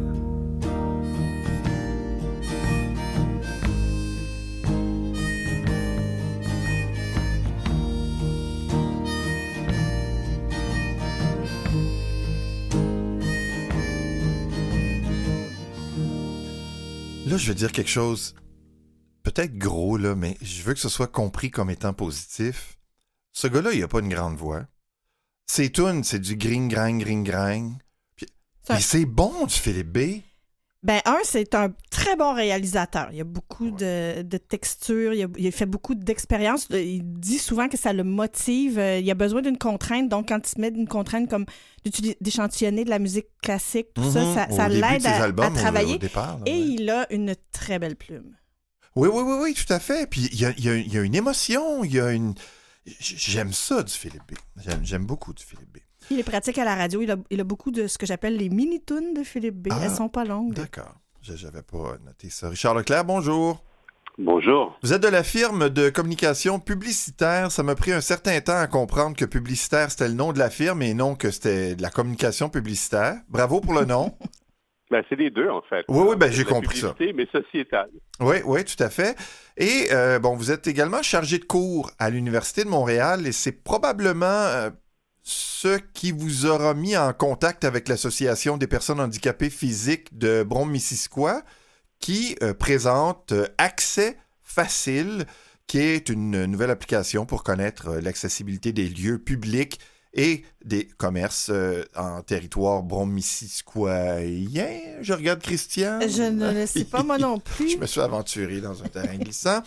Là, je veux dire quelque chose, peut-être gros, là, mais je veux que ce soit compris comme étant positif. Ce gars-là, il a pas une grande voix. Ses tunes, c'est du gring-grang. Mais c'est bon, du Philippe B. Ben, c'est un très bon réalisateur. Il y a beaucoup de textures, il fait beaucoup d'expériences. Il dit souvent que ça le motive. Il a besoin d'une contrainte. Donc, quand il se met une contrainte comme d'échantillonner de la musique classique, tout ça l'aide à travailler. Au départ, là, et il a une très belle plume. Oui, tout à fait. Puis il y a une émotion, J'aime ça du Philippe B. J'aime beaucoup du Philippe B. Il est pratique à la radio. Il a beaucoup de ce que j'appelle les mini-tunes de Philippe B. Elles sont pas longues. D'accord. J'avais pas noté ça. Richard Leclerc, bonjour. Bonjour. Vous êtes de la firme de communication publicitaire. Ça m'a pris un certain temps à comprendre que publicitaire, c'était le nom de la firme et non que c'était de la communication publicitaire. Bravo pour le nom. Ben, c'est les deux, en fait. Oui, j'ai compris ça. Mais sociétale. Oui, tout à fait. Et, vous êtes également chargé de cours à l'Université de Montréal et c'est probablement ce qui vous aura mis en contact avec l'Association des personnes handicapées physiques de Brome-Missisquoi qui présente Accès Facile, qui est une nouvelle application pour connaître l'accessibilité des lieux publics et des commerces en territoire brome-missisquoien. Je regarde Christian. Je ne le sais pas, moi non plus. Je me suis aventuré dans un terrain glissant.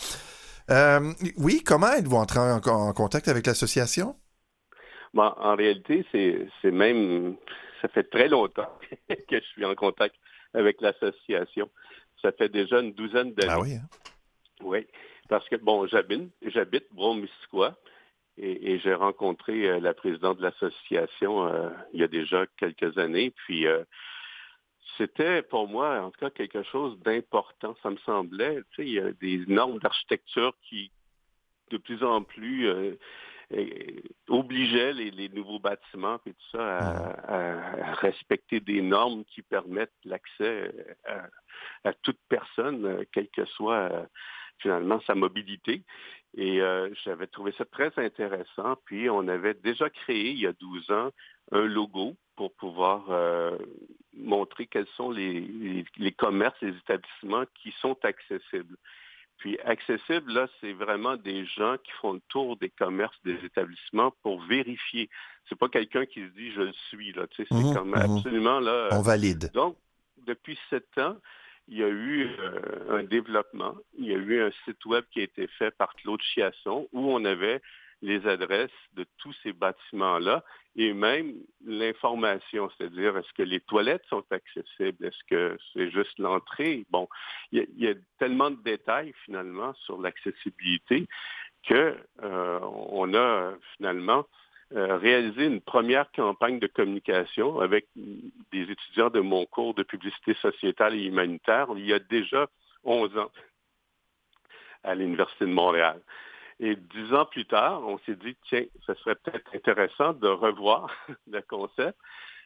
Oui, comment êtes-vous entré en contact avec l'association? Bon, en réalité, c'est même... Ça fait très longtemps que je suis en contact avec l'association. Ça fait déjà une douzaine d'années. Ah oui, hein? Oui, parce que, j'habite Brome-Missisquoi. Et j'ai rencontré la présidente de l'association il y a déjà quelques années. Puis c'était pour moi, en tout cas, quelque chose d'important. Ça me semblait, tu sais, il y a des normes d'architecture qui, de plus en plus, obligeaient les nouveaux bâtiments et tout ça à respecter des normes qui permettent l'accès à toute personne, quelle que soit finalement sa mobilité. Et j'avais trouvé ça très intéressant. Puis on avait déjà créé, il y a 12 ans, un logo pour pouvoir montrer quels sont les commerces, les établissements qui sont accessibles. Puis accessible, là, c'est vraiment des gens qui font le tour des commerces, des établissements pour vérifier. C'est pas quelqu'un qui se dit « je le suis », là. Tu sais, c'est comme absolument, là... On valide. Donc, depuis 7 ans, il y a eu un développement. Il y a eu un site web qui a été fait par Claude Chiasson où on avait les adresses de tous ces bâtiments-là et même l'information, c'est-à-dire est-ce que les toilettes sont accessibles, est-ce que c'est juste l'entrée? Bon, il y a tellement de détails finalement sur l'accessibilité que on a finalement réalisé une première campagne de communication avec des étudiants de mon cours de publicité sociétale et humanitaire il y a déjà 11 ans à l'Université de Montréal. Et 10 ans plus tard, on s'est dit, tiens, ce serait peut-être intéressant de revoir le concept.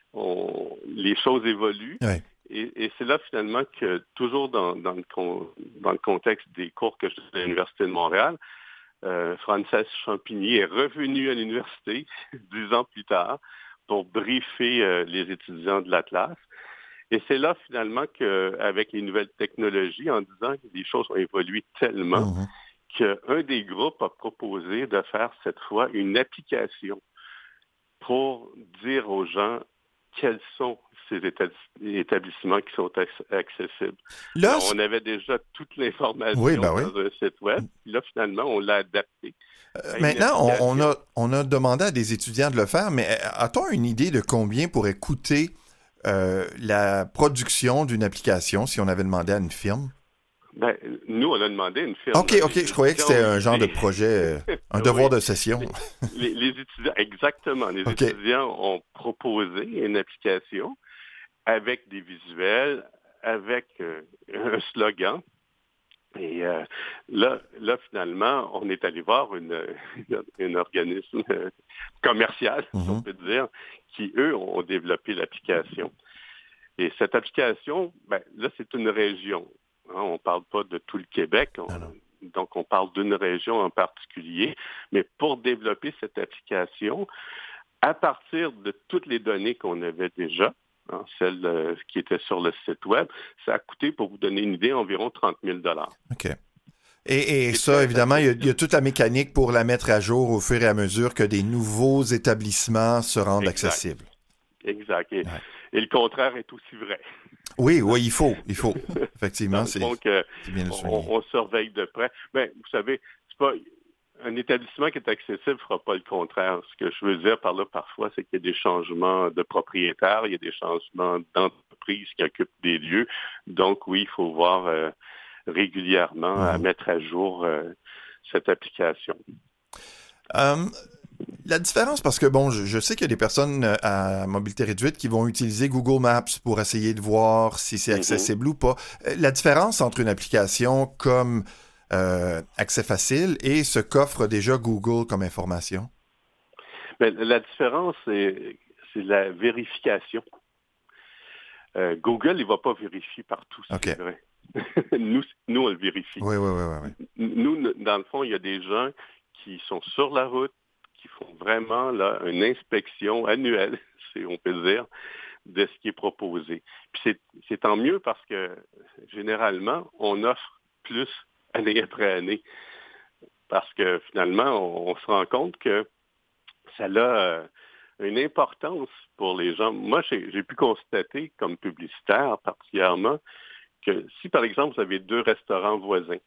Les choses évoluent. Ouais. Et c'est là, finalement, que toujours dans le contexte des cours que je faisais à l'Université de Montréal, Frances Champigny est revenue à l'université 10 ans plus tard pour briefer les étudiants de l'Atlas. Et c'est là, finalement, qu'avec les nouvelles technologies, en disant que les choses ont évolué tellement, qu'un des groupes a proposé de faire cette fois une application pour dire aux gens quels sont ces établissements qui sont accessibles. Là, alors, on avait déjà toute l'information dans un site web. Puis là, finalement, on l'a adapté. Maintenant, on a demandé à des étudiants de le faire, mais a-t-on une idée de combien pourrait coûter la production d'une application si on avait demandé à une firme? Ben, nous, on a demandé à une firme. OK, je croyais que c'était un genre de projet, un devoir de session. Les étudiants, exactement. Les étudiants ont proposé une application avec des visuels, avec un slogan. Et là, finalement, on est allé voir un organisme commercial, si on peut dire, qui, eux, ont développé l'application. Et cette application, ben, là, c'est une région. Hein, on ne parle pas de tout le Québec. Donc, on parle d'une région en particulier. Mais pour développer cette application, à partir de toutes les données qu'on avait déjà, hein, celles qui étaient sur le site Web, ça a coûté, pour vous donner une idée, environ 30 000 $. OK. Et ça, évidemment, il y a toute la mécanique pour la mettre à jour au fur et à mesure que des nouveaux établissements se rendent accessibles. Exact. Et le contraire est aussi vrai. Oui, il faut. Effectivement, c'est bien le souligner. On surveille de près. Ben, vous savez, c'est pas un établissement qui est accessible ne fera pas le contraire. Ce que je veux dire par là, parfois, c'est qu'il y a des changements de propriétaires, il y a des changements d'entreprises qui occupent des lieux. Donc, oui, il faut voir régulièrement à mettre à jour cette application. La différence, parce que bon, je sais qu'il y a des personnes à mobilité réduite qui vont utiliser Google Maps pour essayer de voir si c'est accessible ou pas. La différence entre une application comme Accès facile et ce qu'offre déjà Google comme information? Bien, la différence, c'est la vérification. Google, il ne va pas vérifier partout, c'est vrai. nous, on le vérifie. Oui. Nous, dans le fond, il y a des gens qui sont sur la route, qui font vraiment là une inspection annuelle, si on peut dire, de ce qui est proposé. Puis c'est tant mieux parce que généralement, on offre plus année après année. Parce que finalement, on se rend compte que ça a une importance pour les gens. Moi, j'ai pu constater, comme publicitaire particulièrement, que si, par exemple, vous avez 2 restaurants voisins,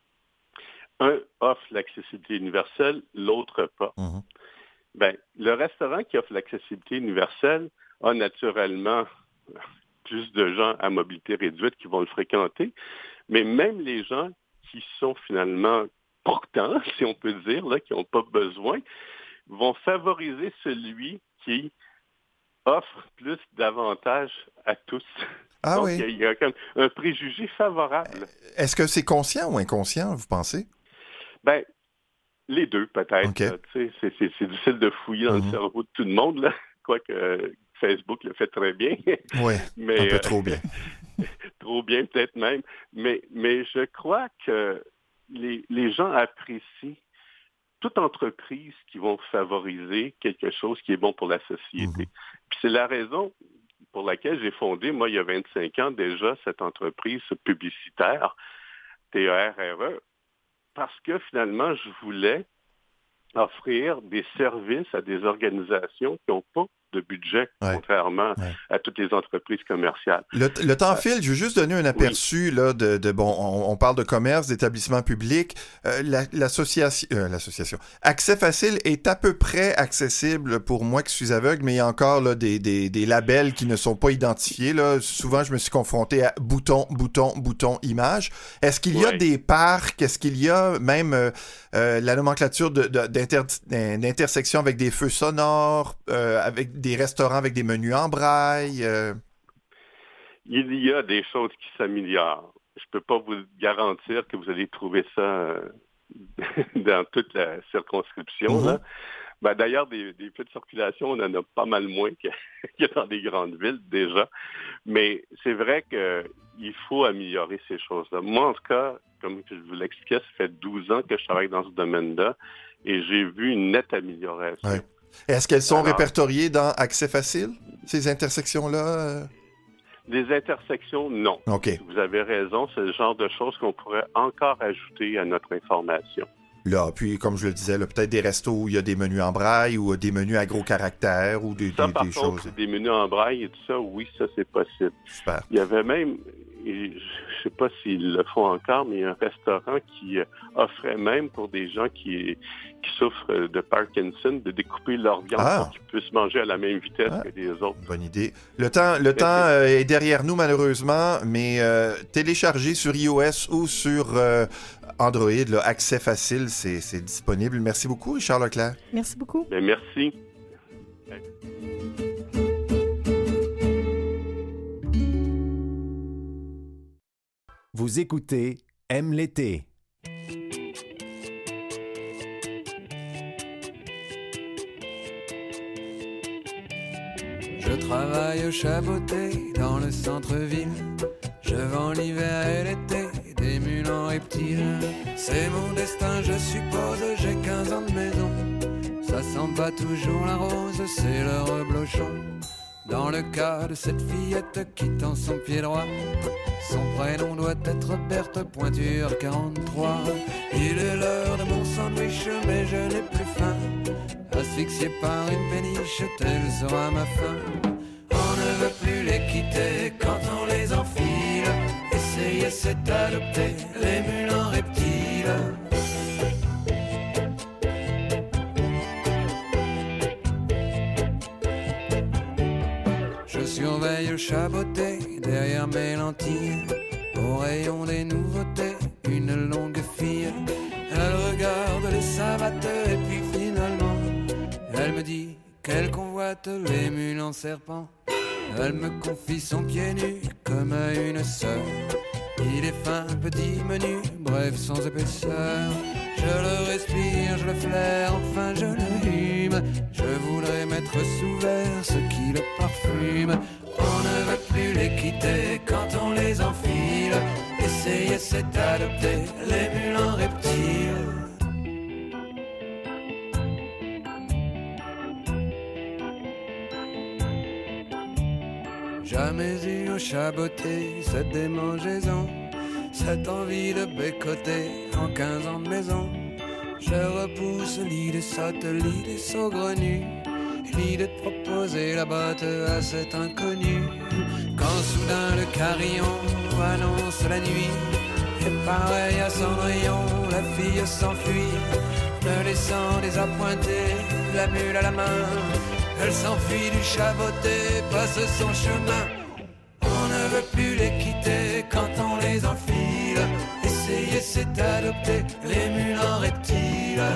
un offre l'accessibilité universelle, l'autre pas. Ben, le restaurant qui offre l'accessibilité universelle a naturellement plus de gens à mobilité réduite qui vont le fréquenter, mais même les gens qui sont finalement portants, si on peut dire, là, qui n'ont pas besoin, vont favoriser celui qui offre plus d'avantages à tous. Ah donc, oui. Il y a comme un préjugé favorable. Est-ce que c'est conscient ou inconscient, vous pensez? Ben, les deux, peut-être. Okay. C'est difficile de fouiller dans le cerveau de tout le monde, là, quoique Facebook le fait très bien. Oui, un peu trop bien. Trop bien, peut-être même. Mais je crois que les gens apprécient toute entreprise qui vont favoriser quelque chose qui est bon pour la société. Puis c'est la raison pour laquelle j'ai fondé, moi, il y a 25 ans déjà, cette entreprise publicitaire, TERRE, parce que finalement, je voulais offrir des services à des organisations qui n'ont pas de budget, contrairement à toutes les entreprises commerciales. Le temps file, je veux juste donner un aperçu là, on parle de commerce, d'établissements publics. L'association Accès facile est à peu près accessible pour moi qui suis aveugle, mais il y a encore là, des labels qui ne sont pas identifiés. Là. Souvent, je me suis confronté à bouton, image. Est-ce qu'il y a des parcs? Est-ce qu'il y a même la nomenclature d'intersection avec des feux sonores, avec des restaurants avec des menus en braille? Il y a des choses qui s'améliorent. Je ne peux pas vous garantir que vous allez trouver ça dans toute la circonscription. Là. Ben, d'ailleurs, des feux de circulation, on en a pas mal moins que dans des grandes villes déjà. Mais c'est vrai qu'il faut améliorer ces choses-là. Moi, en tout cas, comme je vous l'expliquais, ça fait 12 ans que je travaille dans ce domaine-là et j'ai vu une nette amélioration. Ouais. Est-ce qu'elles sont répertoriées dans Accès facile, ces intersections-là? Des intersections, non. OK. Vous avez raison, c'est le genre de choses qu'on pourrait encore ajouter à notre information. Là, puis comme je le disais, là, peut-être des restos où il y a des menus en braille ou des menus à gros caractères ou des choses. Des menus en braille et tout ça, oui, ça c'est possible. Super. Il y avait même, sais pas s'ils le font encore, mais il y a un restaurant qui offrait même pour des gens qui souffrent de Parkinson de découper leur viande pour qu'ils puissent manger à la même vitesse que les autres. Bonne idée. Le temps est derrière nous, malheureusement, mais téléchargé sur iOS ou sur Android, là, accès facile, c'est disponible. Merci beaucoup, Richard Leclerc. Merci beaucoup. Bien, merci. Vous écoutez Aime l'été. Je travaille au Chaboté, dans le centre-ville. Je vends l'hiver et l'été, des mules en reptiles. C'est mon destin, je suppose, j'ai 15 ans de maison. Ça sent pas toujours la rose, c'est le reblochon. Dans le cas de cette fillette qui tend son pied droit, son prénom doit être Berthe Pointure 43. Il est l'heure de mon sandwich, mais je n'ai plus faim. Asphyxié par une péniche, telle sera ma fin. On ne veut plus les quitter quand on les enfile. Essayer c'est adopter les mules en reptiles. Je surveille le Chaboté derrière mes lentilles. Au rayon des nouveautés, une longue fille. Elle regarde les savates et puis finalement elle me dit qu'elle convoite les mules en serpent. Elle me confie son pied nu comme à une sœur. Il est fin, petit, menu, bref, sans épaisseur. Je le respire, je le flaire, enfin je le hume. Je voudrais mettre sous verre ce qui le parfume. On ne veut plus les quitter quand on les enfile. Essayer c'est adopter les mules en reptiles. Jamais eu au Chaboté cette démangeaison, cette envie de bécoter en 15 ans de maison. Je repousse l'idée sotte, l'idée saugrenue, l'idée de proposer la botte à cet inconnu. Quand soudain le carillon annonce la nuit, et pareil à Cendrillon, la fille s'enfuit, me laissant désappointé, la mule à la main. Elle s'enfuit du Chaboté, passe son chemin. On ne veut plus les quitter quand on les enfile. Essayer c'est adopter les mules en reptiles.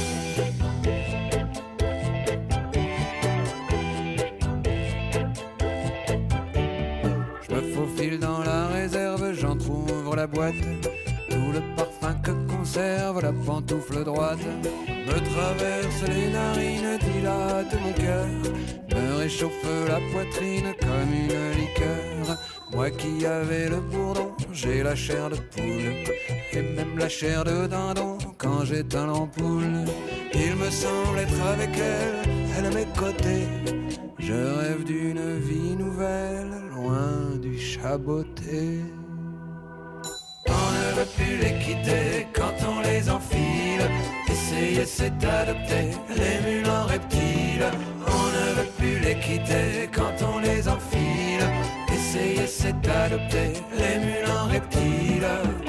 Je me faufile dans la réserve, j'entrouvre la boîte. Tout le parfum que conserve la pantoufle droite me traverse les narines, dilate mon cœur, me réchauffe la poitrine comme une liqueur. Moi qui avais le bourdon, j'ai la chair de poule, et même la chair de dindon quand j'éteins l'ampoule. Il me semble être avec elle, elle à mes côtés. Je rêve d'une vie nouvelle, loin du Chaboté. On ne veut plus les quitter quand on les enfile. Essayer c'est adopter les mules en reptiles. On ne veut plus les quitter quand on les enfile. Essayer c'est adopter les mules en reptiles.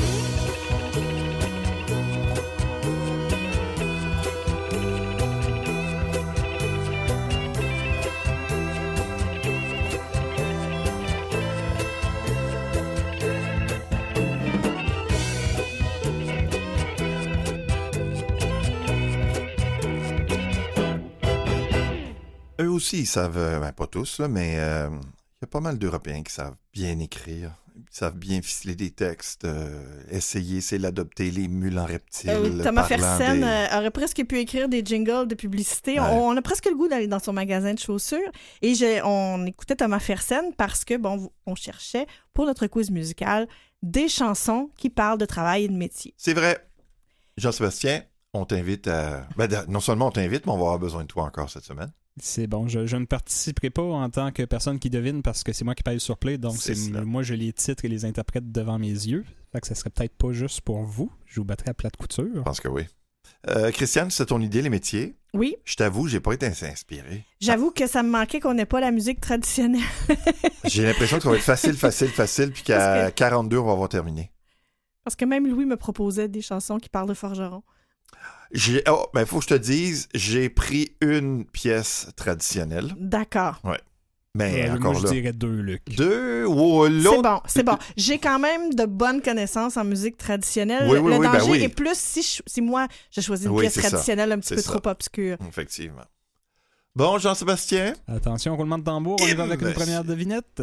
Eux aussi, ils savent, pas tous, là, mais il y a pas mal d'Européens qui savent bien écrire, ils savent bien ficeler des textes, essayer, c'est l'adopter, les mules en reptiles. Thomas Fersen aurait presque pu écrire des jingles de publicité. Ouais. On a presque le goût d'aller dans son magasin de chaussures. Et on écoutait Thomas Fersen parce que, on cherchait, pour notre quiz musical, des chansons qui parlent de travail et de métier. C'est vrai. Jean-Sébastien, on t'invite à... non seulement on t'invite, mais on va avoir besoin de toi encore cette semaine. C'est bon, je ne participerai pas en tant que personne qui devine parce que c'est moi qui paye sur Play, donc moi je les titre et les interprète devant mes yeux. Fait que ça serait peut-être pas juste pour vous. Je vous battrai à plate couture. Je pense que oui. Christiane, c'est ton idée, les métiers. Oui. Je t'avoue, j'ai pas été assez inspiré. J'avoue que ça me manquait qu'on n'ait pas la musique traditionnelle. J'ai l'impression que ça va être facile, puis qu'à 42, on va avoir terminé. Parce que même Louis me proposait des chansons qui parlent de forgeron. Faut que je te dise, j'ai pris une pièce traditionnelle. D'accord. Ouais. Mais encore moi, là. je dirais 2, Luc. 2 ou l'autre. C'est bon. J'ai quand même de bonnes connaissances en musique traditionnelle. Oui, le danger oui. est plus si moi, je choisis une pièce traditionnelle un petit peu trop obscure. Effectivement. Bon, Jean-Sébastien. Attention, roulement de tambour, on y va avec une première devinette.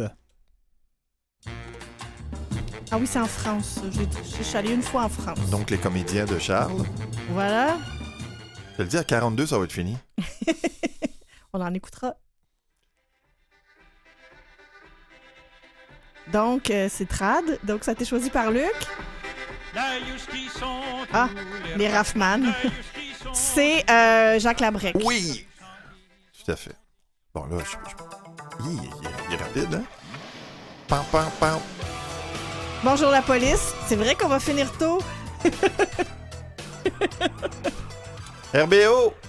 Ah oui, c'est en France. Je suis allée une fois en France. Donc, les comédiens de Charles. Voilà. Je te le dis, à 42, ça va être fini. On en écoutera. Donc, c'est trad. Donc, ça a été choisi par Luc. Ah, les Raffman. C'est Jacques Labrec. Oui! Tout à fait. Bon, là, il est rapide, hein? Pam, pam, pam. Bonjour la police. C'est vrai qu'on va finir tôt. RBO!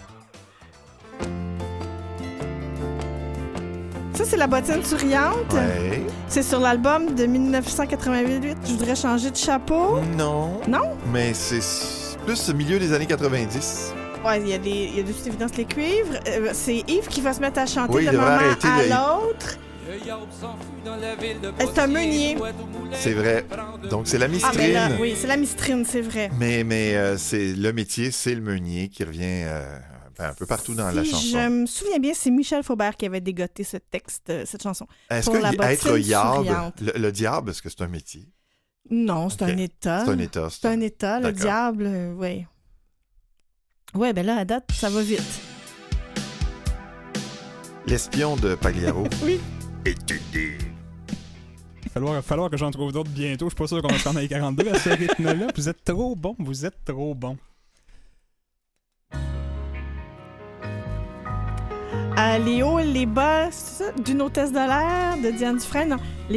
Ça, c'est la bottine souriante. Ouais. C'est sur l'album de 1988. Je voudrais changer de chapeau. Non. Non? Mais c'est plus au milieu des années 90. Ouais, il y a de toute évidence les cuivres. C'est Yves qui va se mettre à chanter de il moment devrait arrêter à de... l'autre. C'est un meunier. C'est vrai. Donc, c'est la Ah, mistrine. mais là, oui, c'est la mistrine, c'est vrai. Mais c'est le métier, c'est le meunier qui revient un peu partout dans la chanson. Je me souviens bien, c'est Michel Faubert qui avait dégoté ce texte, cette chanson. Est-ce pour que la bottine être diable, souriante. le diable, est-ce que c'est un métier? Non, c'est un état. C'est un état. C'est un état, le diable, oui. Ouais, ben là, à date, ça va vite. L'espion de Pagliaro. Oui. Il va falloir que j'en trouve d'autres bientôt. Je suis pas sûr qu'on va se rendre à 42 à ce rythme-là. Vous êtes trop bon. Les hauts et les bas, c'est ça? D'une hôtesse de l'air, de Diane Dufresne. Non,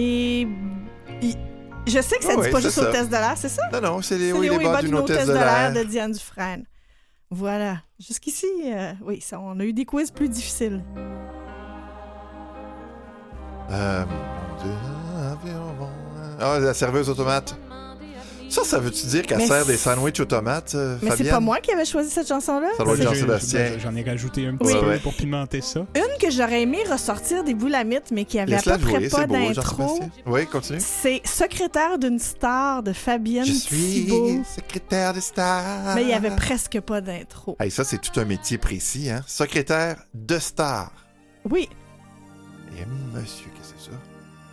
je sais que ça dit pas juste hôtesse de l'air, c'est ça? Non, c'est les hauts et les bas d'une hôtesse de l'air. de Diane Dufresne. Voilà. Jusqu'ici, oui, ça, on a eu des quiz plus difficiles. La serveuse automate. Ça veut-tu dire qu'elle sert des sandwichs aux tomates, Mais Fabienne? c'est pas moi qui avais choisi cette chanson-là? Ça doit être Jean-Sébastien. J'en ai rajouté un petit peu pour pimenter ça. Une que j'aurais aimé ressortir des boulamites, mais qui avait à peu près pas d'intro. Oui, continue. C'est Secrétaire d'une star de Fabienne Thibault. Je suis secrétaire de star. Mais il y avait presque pas d'intro. Hey, ça, c'est tout un métier précis, hein? Secrétaire de star. Oui. Et monsieur, qu'est-ce que c'est ça?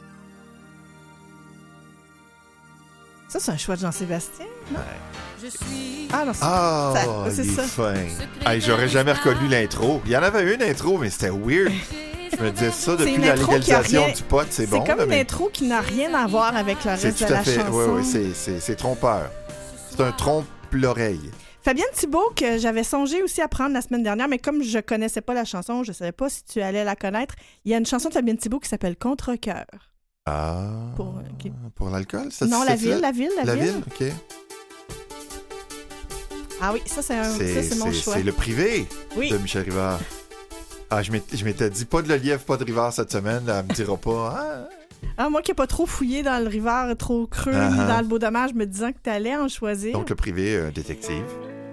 Ça, c'est un choix de Jean-Sébastien, non? Ouais. Ah, non, c'est ça. Fin. Hey, j'aurais jamais reconnu l'intro. Il y en avait une intro, mais c'était weird. Je me disais ça depuis la légalisation du pot, c'est bon. C'est comme une intro qui n'a rien à voir avec le reste de la chanson. Oui, c'est trompeur. C'est un trompe-l'oreille. Fabienne Thibault, que j'avais songé aussi à prendre la semaine dernière, mais comme je connaissais pas la chanson, je savais pas si tu allais la connaître, il y a une chanson de Fabienne Thibault qui s'appelle Contre-cœur. Ah. Pour l'alcool? Non, la ville. La ville, OK. Ah oui, ça, c'est mon choix. C'est le privé de Michel Rivard. Ah, je m'étais dit pas de le lièvre, pas de Rivard cette semaine. Là, elle me dira pas. Moi qui n'ai pas trop fouillé dans le Rivard, trop creux, ni dans le Beau Dommage, me disant que tu allais en choisir. Donc, le privé, détective.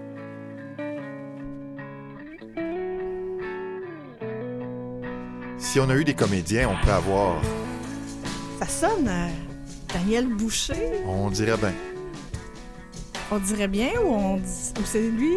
Si on a eu des comédiens, on peut avoir... Ça sonne Daniel Boucher. On dirait bien. On dirait bien ou c'est lui?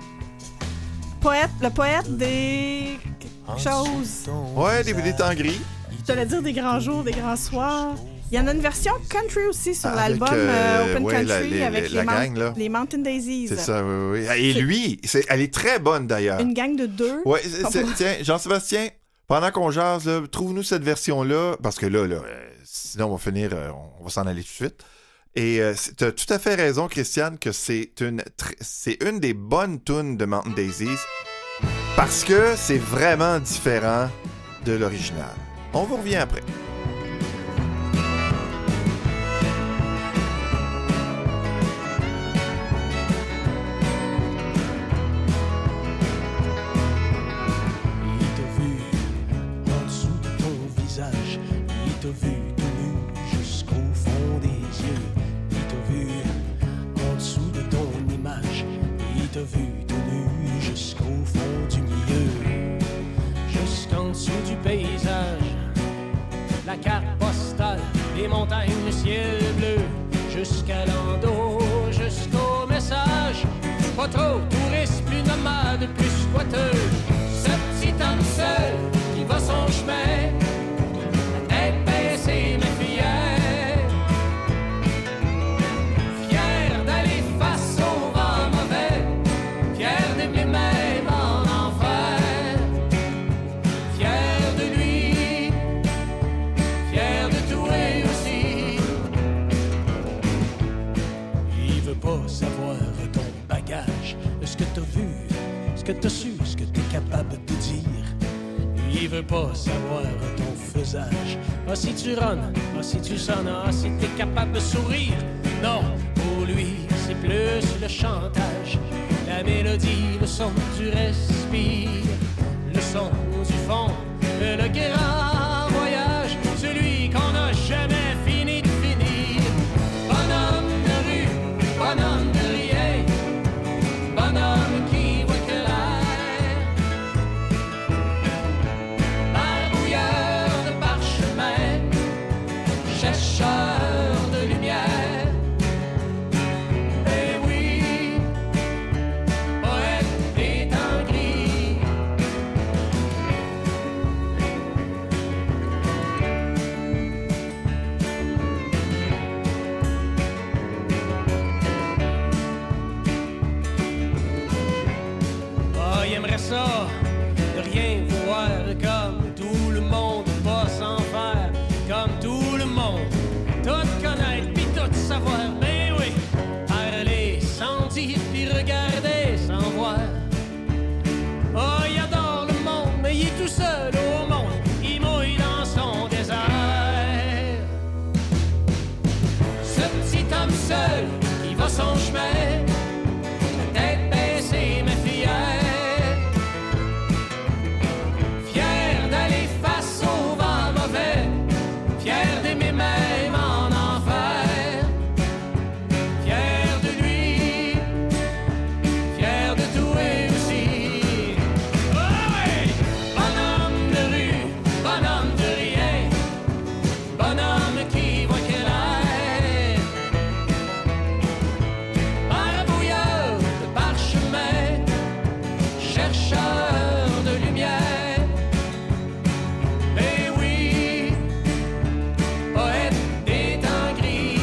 Le poète des choses. Ouais, des temps gris. Je t'allais dire des grands jours, des grands soirs. Il y en a une version country aussi sur l'album Open Country avec les Mountain Daisies. C'est ça, oui. Et lui, elle est très bonne d'ailleurs. Une gang de deux. Ouais, tiens, Jean-Sébastien, pendant qu'on jase, là, trouve-nous cette version-là, parce que là, sinon on va finir, on va s'en aller tout de suite. Et tu as tout à fait raison, Christiane, que c'est une des bonnes tunes de Mountain Daisies, parce que c'est vraiment différent de l'original. On vous revient après. les montagnes, le ciel bleu, jusqu'à l'endo, jusqu'au message. Pas trop touriste, plus nomade, plus squatteux. Ce petit homme seul qui va son chemin, la tête baissée mais fier. Fier d'aller face au vent mauvais, fier d'aimer même en enfer. Fier de lui, fier de tout et aussi. Il veut pas savoir ton bagage, ce que t'as vu, ce que t'as su, ce que t'es capable de dire. Il veut pas savoir ton faisage. Ah, si tu runs, ah, si tu sonnes, ah, si t'es capable de sourire. Non, pour lui, c'est plus le chantage. La mélodie, le son du respire, le son du fond, le grand voyage, celui qu'on n'a jamais fini de finir. Bonhomme de rue, bonhomme de rien, bonhomme qui voit que l'air, barbouilleur de parchemin, chercheur de lumière. Eh oui, poète des temps gris. Ah, il aimerait ça, de rien voir comme tout le monde, pas sans faire comme tout le monde, tout connaître pis tout savoir, ben oui, parler sans dire pis regarder sans voir. Oh, il adore le monde, mais il est tout seul au monde, il mouille dans son désert. Ce petit homme seul qui va son chemin, la tête baissée mais fier. Fier d'aller face au vent mauvais, fier d'aimer même en enfer. Fier de lui, fier de tout et aussi. Oh oui! Bonhomme de rue, bonhomme de rien, bonhomme qui voit que l'air, barbouilleur de parchemin, chercheur de lumière. Eh oui, poète des temps gris.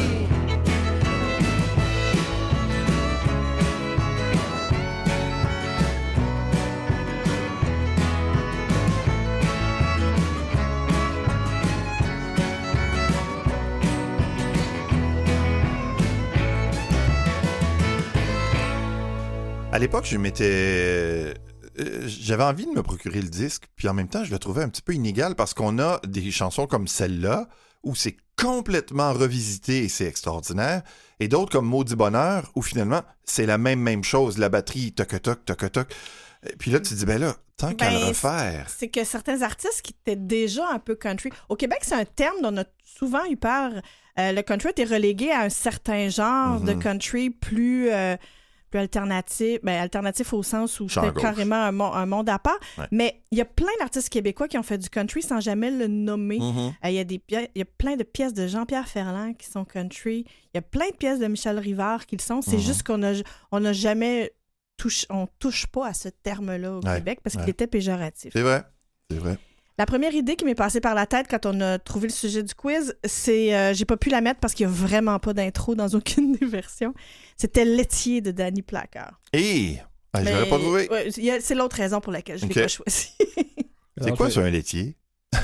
À l'époque, j'avais envie de me procurer le disque, puis en même temps, je le trouvais un petit peu inégal parce qu'on a des chansons comme celle-là où c'est complètement revisité et c'est extraordinaire, et d'autres comme Maudit Bonheur où finalement, c'est la même chose, la batterie, toc-toc, toc-toc. Et puis là, tu te dis, ben là, tant qu'à le refaire. C'est que certains artistes qui étaient déjà un peu country. Au Québec, c'est un terme dont on a souvent eu peur. Le country était relégué à un certain genre de country plus alternatif. Ben, alternatif au sens où c'était carrément un monde à part. Ouais. Mais il y a plein d'artistes québécois qui ont fait du country sans jamais le nommer. Il y a plein de pièces de Jean-Pierre Ferland qui sont country. Il y a plein de pièces de Michel Rivard qui le sont. C'est juste qu'on n'a jamais... on touche pas à ce terme-là au Québec parce qu'il était péjoratif. C'est vrai. La première idée qui m'est passée par la tête quand on a trouvé le sujet du quiz, c'est... j'ai pas pu la mettre parce qu'il y a vraiment pas d'intro dans aucune des versions. C'était Laitier de Danny Placard. Je l'aurais pas trouvé. Ouais, c'est l'autre raison pour laquelle je l'ai pas choisi. C'est quoi sur un laitier?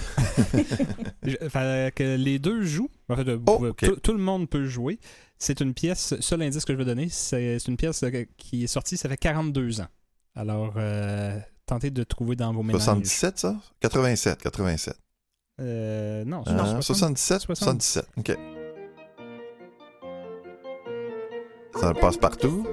Que les deux jouent. En fait, tout le monde peut jouer. C'est une pièce, seul indice que je vais donner, c'est une pièce qui est sortie, ça fait 42 ans. Alors, tentez de trouver dans vos ménages. 77, ça? 87. Non, 77? 77, OK. Ça passe partout.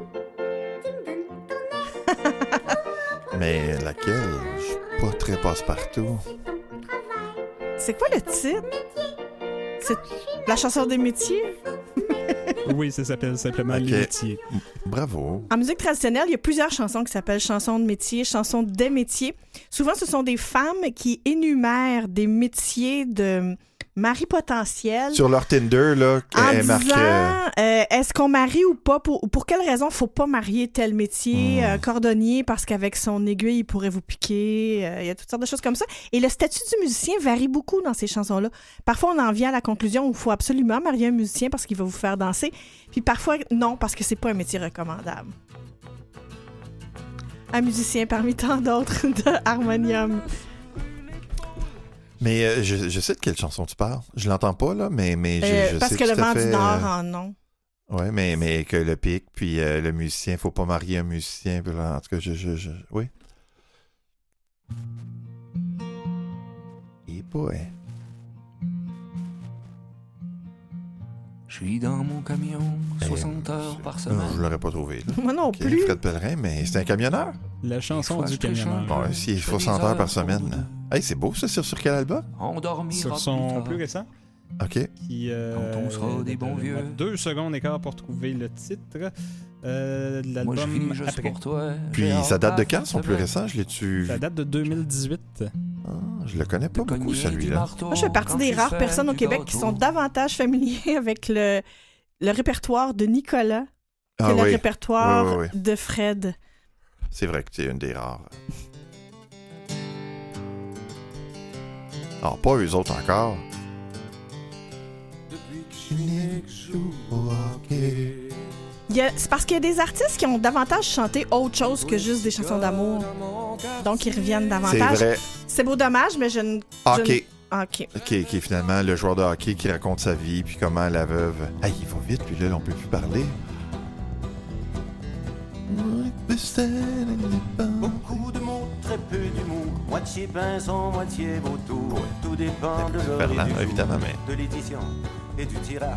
Mais laquelle? Je suis pas très passe-partout. C'est quoi le titre? C'est la chanson des métiers? Oui, ça s'appelle simplement Les métiers. Bravo. En musique traditionnelle, il y a plusieurs chansons qui s'appellent chansons de métier, chansons des métiers. Souvent, ce sont des femmes qui énumèrent des métiers de mari potentiel. Sur leur Tinder, là, En elle disant, marque... est-ce qu'on marie ou pas? Pour quelle raison faut pas marier tel métier? Cordonnier, parce qu'avec son aiguille, il pourrait vous piquer. Il y a toutes sortes de choses comme ça. Et le statut du musicien varie beaucoup dans ces chansons-là. Parfois, on en vient à la conclusion où il faut absolument marier un musicien parce qu'il va vous faire danser. Puis parfois, non, parce que c'est pas un métier recommandable. Un musicien parmi tant d'autres de Harmonium. Mais je sais de quelle chanson tu parles. Je l'entends pas, là, mais je parce sais que le tout à vent fait, du Nord en non. Oui, mais que le pic, puis le musicien, faut pas marier un musicien. Puis là, en tout cas, oui. Et boy. Je suis dans mon camion, 60 heures par semaine. Je l'aurais pas trouvé. Là. Moi non plus. Fred Pellerin, mais c'est un camionneur. La chanson du camionneur. Bon, s'il faut 60 heures par semaine. Hey, c'est beau, ça, sur quel album? Sur son plus récent. OK. Qui, quand on sera des bons vieux. 2 secondes d'écart pour trouver le titre de l'album après. Puis ça date de quand, son plus récent? Je l'ai-tu... Ça date de 2018. Je le connais pas beaucoup, celui-là. Moi, je fais partie des rares personnes au Québec qui sont davantage familiers avec le répertoire de Nicolas que le répertoire de Fred. C'est vrai que tu es une des rares. Alors, pas eux autres encore. C'est parce qu'il y a des artistes qui ont davantage chanté autre chose que juste des chansons d'amour. Donc, ils reviennent davantage. C'est vrai. C'est beau dommage, mais je ne... Hockey. OK. Qui est finalement le joueur de hockey qui raconte sa vie, puis comment la veuve... Hey, il va vite, puis là, on peut plus parler. Beaucoup de mots, très peu d'humour. Moitié pinson, moitié vautour. Tout dépend de l'heure et du évidemment, jour, de l'édition et du tirage.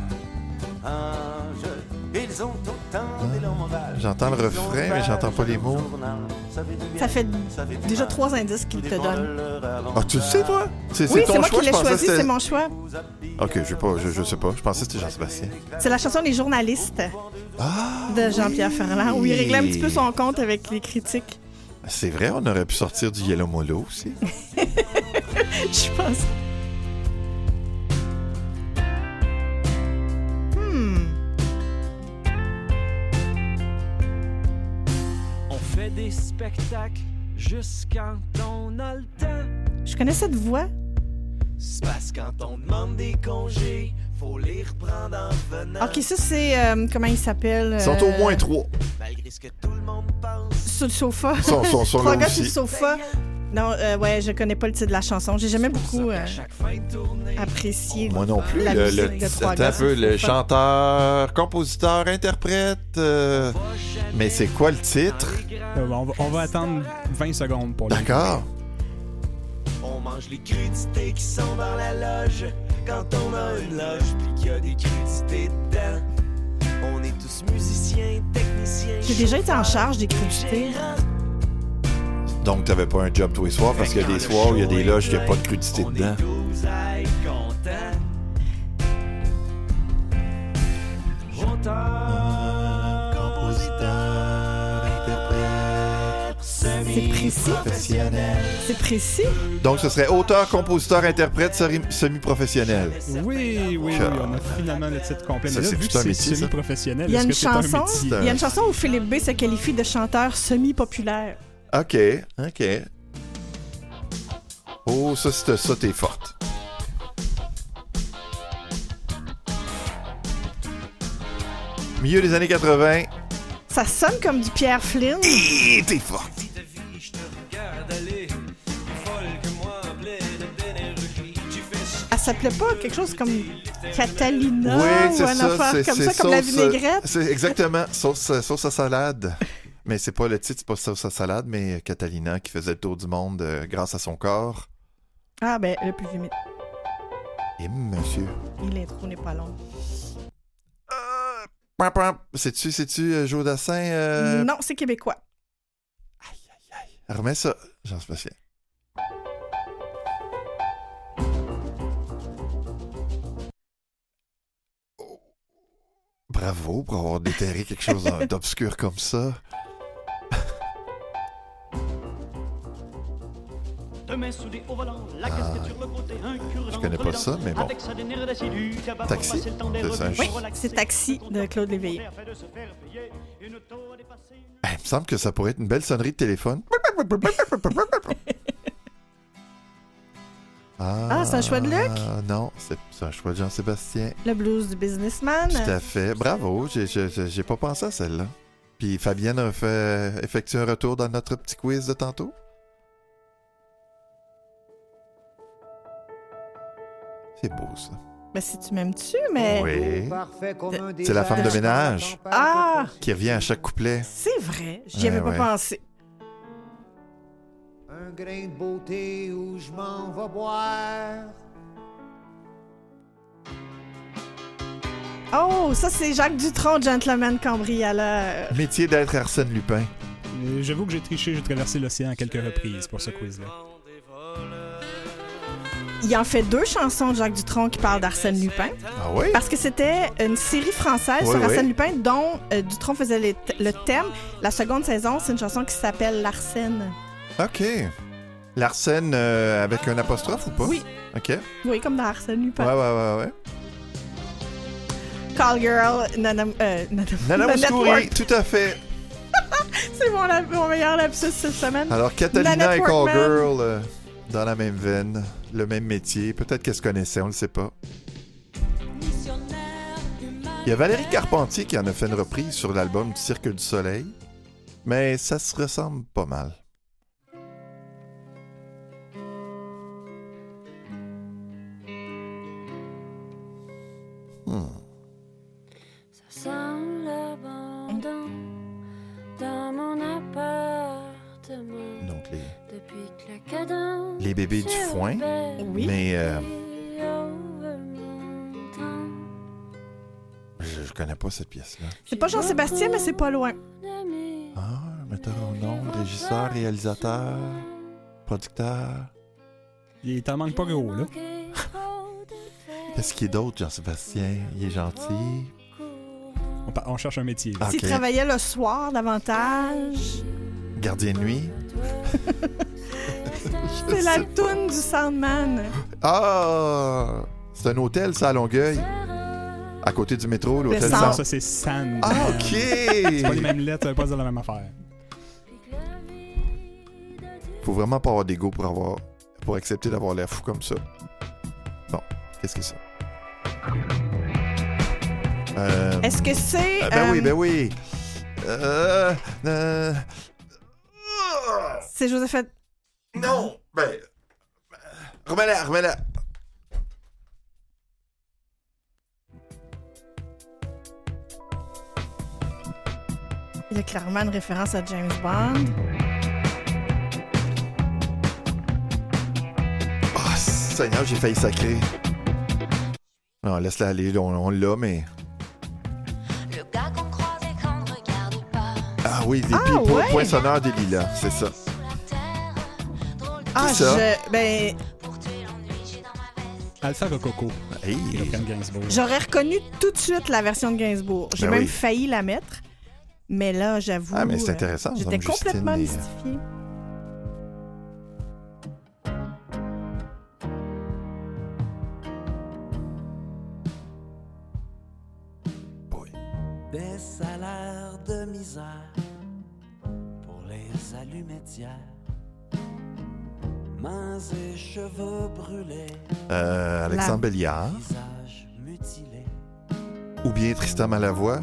Ils ont autant d'énormes ovages. J'entends le refrain, mais j'entends pas les mots. Ça fait déjà 3 indices qu'il te donne. Ah, tu le sais, toi? Oui, c'est moi qui l'ai choisi, c'est mon choix. OK, je sais pas. Je pensais que c'était Jean-Sébastien. C'est la chanson Les journalistes de Jean-Pierre Ferland, où il réglait un petit peu son compte avec les critiques. C'est vrai, on aurait pu sortir du Yellow Molo aussi. Je pense. On fait des spectacles jusqu'à quand on a le temps. Je connais cette voix. C'est parce quand on demande des congés, faut les reprendre en venant. OK, ça, c'est... comment il s'appelle? Ils sont au moins 3. Malgré ce que tout le monde pense. Sur le sofa. Sont 3 là gars aussi. sur le sofa. Non, ouais, je connais pas le titre de la chanson. J'ai jamais beaucoup apprécié Moi non plus. la musique de 3 gars sur Le le sofa. chanteur, compositeur, interprète. Mais c'est quoi le titre? On va attendre 20 secondes pour D'accord. On mange les crudités qui sont dans la loge. Quand on a une loge puis qu'il y a des crudités dedans. On est tous musiciens, techniciens. J'ai déjà été en charge des crudités. Donc, t'avais pas un job tous les soirs parce qu'il y a des soirs où il y a des loges qui n'ont pas de crudité dedans. C'est précis. C'est précis. Donc, ce serait auteur, compositeur, interprète, semi-professionnel. Oui, on a finalement le titre complet. Ça, Mais là, c'est vu tout que un c'est métier, ça. semi-professionnel, Il y a est-ce une que c'est un chanson. métier? Il y a une chanson où Philippe B se qualifie de chanteur semi-populaire. OK. Oh, ça, t'es forte. Milieu des années 80. Ça sonne comme du Pierre Flynn. T'es forte. Elle s'appelait pas quelque chose comme Catalina Oui, ou c'est un ça. affaire comme ça, comme la vinaigrette. C'est exactement. Sauce à salade. Mais c'est pas le titre, c'est pas sauce à salade, mais Catalina qui faisait le tour du monde grâce à son corps. Ah, ben, le plus vieux. Et monsieur. L'intro n'est pas long. C'est-tu Joe Dassin? Non, c'est québécois. Remets ça, Jean-Sébastien. Bravo pour avoir déterré quelque chose d'obscur comme ça. Je connais pas ça, mais bon. Taxi, c'est ça. Oui, c'est Taxi de Claude Léveillé. Il me semble que ça pourrait être une belle sonnerie de téléphone. C'est un choix de Luc? Non, c'est un choix de Jean-Sébastien. Le blues du businessman. Tout à fait. Bravo, j'ai pas pensé à celle-là. Puis Fabienne a fait effectuer un retour dans notre petit quiz de tantôt. C'est beau, ça. Ben, si tu m'aimes dessus, mais... Oui. C'est la femme de ménage. Qui revient à chaque couplet. C'est vrai. J'y avais pas pensé. Un grain de beauté où je m'en vais boire. Oh, ça, c'est Jacques Dutronc, gentleman cambrioleur. Métier d'être Arsène Lupin. J'avoue que j'ai triché, j'ai traversé l'océan à quelques reprises pour ce quiz-là. Il en fait 2 chansons de Jacques Dutronc qui parlent d'Arsène Lupin. Ah oui? Parce que c'était une série française sur Arsène Lupin dont Dutronc faisait le thème. La seconde saison, c'est une chanson qui s'appelle L'Arsène. OK. L'Arsène avec un apostrophe ou pas? Oui. OK. Oui, comme dans Arsène Lupin. Ouais. Call Girl, Nana Mouskouri, tout à fait. C'est mon meilleur lapsus cette semaine. Alors, Catalina et Call Girl, dans la même veine, le même métier. Peut-être qu'elles se connaissaient, on le sait pas. Il y a Valérie Carpentier qui en a fait une reprise sur l'album du Cirque du Soleil, mais ça se ressemble pas mal. Ça sent l'abandon dans mon appartement. Donc depuis que la cadence les bébés du foin, oui. Mais je connais pas cette pièce-là. C'est pas Jean-Sébastien, mais c'est pas loin. Metteur en ondes, régisseur, réalisateur, producteur. Il t'en manque pas gros, là. Qu'est-ce qu'il y a d'autre, Jean-Sébastien? Il est gentil. On cherche un métier. Okay. S'il travaillait le soir davantage. Gardien de nuit. C'est la toune du Soundman. Ah! C'est un hôtel, ça, à Longueuil. À côté du métro, l'hôtel Sound. Ça, c'est Sand. Ah, OK! C'est pas les mêmes lettres, ça veut pas dire la même affaire. Faut vraiment pas avoir d'ego pour accepter d'avoir l'air fou comme ça. Bon, qu'est-ce que c'est? Est-ce que c'est... Ben oui. C'est Joséphine... Non! Remets-la. Il y a clairement une référence à James Bond. Oh, Seigneur, j'ai failli sacrer. Non, laisse-la aller, on l'a, mais... Ah oui, les poinçonneurs des lilas, c'est ça. Alpha Rococo. Hey. J'aurais reconnu tout de suite la version de Gainsbourg. J'ai même failli la mettre. Mais là, j'avoue... Ah, mais c'est intéressant. J'étais complètement mystifiée. Des salaires de misère pour les allumettières. Mains et cheveux brûlés. Alexandre Belliard. Ou bien Tristan Malavoie.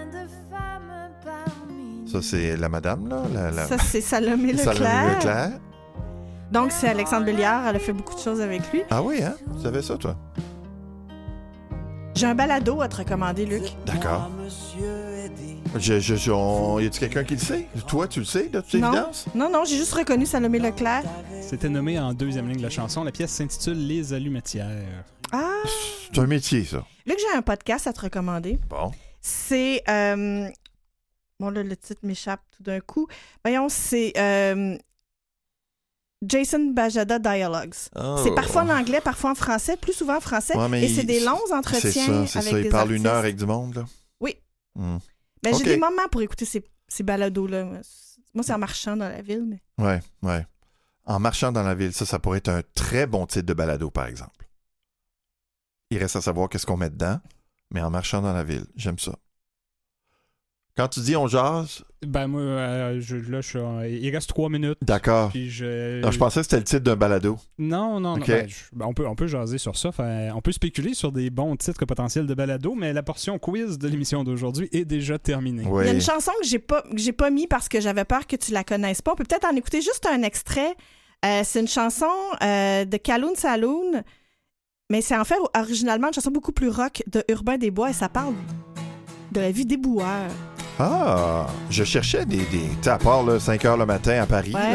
Ça, c'est la madame, là? Ça, c'est Salomé Leclerc. Donc, c'est Alexandre Belliard. Elle a fait beaucoup de choses avec lui. Ah oui, hein? Tu savais ça, toi? J'ai un balado à te recommander, Luc. D'accord. Y a-tu quelqu'un qui le sait? Toi, tu le sais, de toute évidence? Non, j'ai juste reconnu Salomé Leclerc. C'était nommé en deuxième ligne de la chanson. La pièce s'intitule Les Allumettières. Ah! C'est un métier, ça. Luc, j'ai un podcast à te recommander. Bon. C'est... Bon, là, le titre m'échappe tout d'un coup. Voyons, c'est... Jason Bajada Dialogues. Oh. C'est parfois en anglais, parfois en français, plus souvent en français. Ouais, et c'est des longs entretiens c'est avec ça. des Il parle artistes. 1 heure avec du monde, là? Oui. Ben, j'ai des moments pour écouter ces balados-là. Moi, c'est en marchant dans la ville. Mais... Ouais. En marchant dans la ville, ça pourrait être un très bon titre de balado, par exemple. Il reste à savoir qu'est-ce qu'on met dedans, mais en marchant dans la ville, j'aime ça. Quand tu dis on jase... Ben moi, il reste 3 minutes. D'accord. Puis Non, je pensais que c'était le titre d'un balado. Non. Okay. On peut jaser sur ça. On peut spéculer sur des bons titres potentiels de balado, mais la portion quiz de l'émission d'aujourd'hui est déjà terminée. Oui. Il y a une chanson que j'ai pas mis parce que j'avais peur que tu la connaisses pas. On peut peut-être en écouter juste un extrait. C'est une chanson de Kaloun Saloon, mais c'est en fait originalement une chanson beaucoup plus rock de Urbain des Bois et ça parle de la vie des boueurs. Ah, je cherchais des à part 5 heures le matin à Paris. Ouais. Là.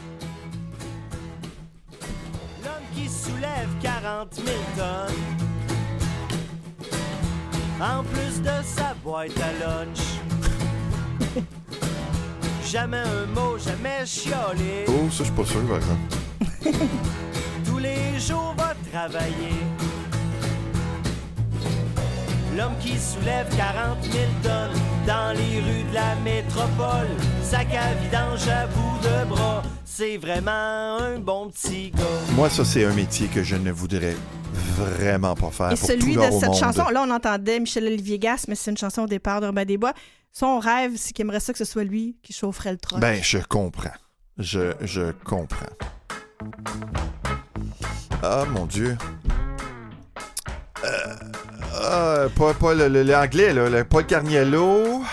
L'homme qui soulève 40 000 tonnes. En plus de sa boîte à lunch. Jamais un mot, jamais chiolé. Oh, ça, je suis pas sûr, par exemple. Tous les jours va travailler. L'homme qui soulève 40 000 tonnes dans les rues de la métropole. Sac à vidange à bout de bras. C'est vraiment un bon petit gars. Moi, ça, c'est un métier que je ne voudrais vraiment pas faire. Et pour celui tout de l'or au cette monde. chanson, là, on entendait Michel-Olivier Gasse, mais c'est une chanson au départ d'Urbain des Bois. Son rêve, c'est qu'il aimerait ça que ce soit lui qui chaufferait le truck. Ben, je comprends. Je comprends. Ah, mon Dieu. Pas l'anglais, là. Paul Carniello.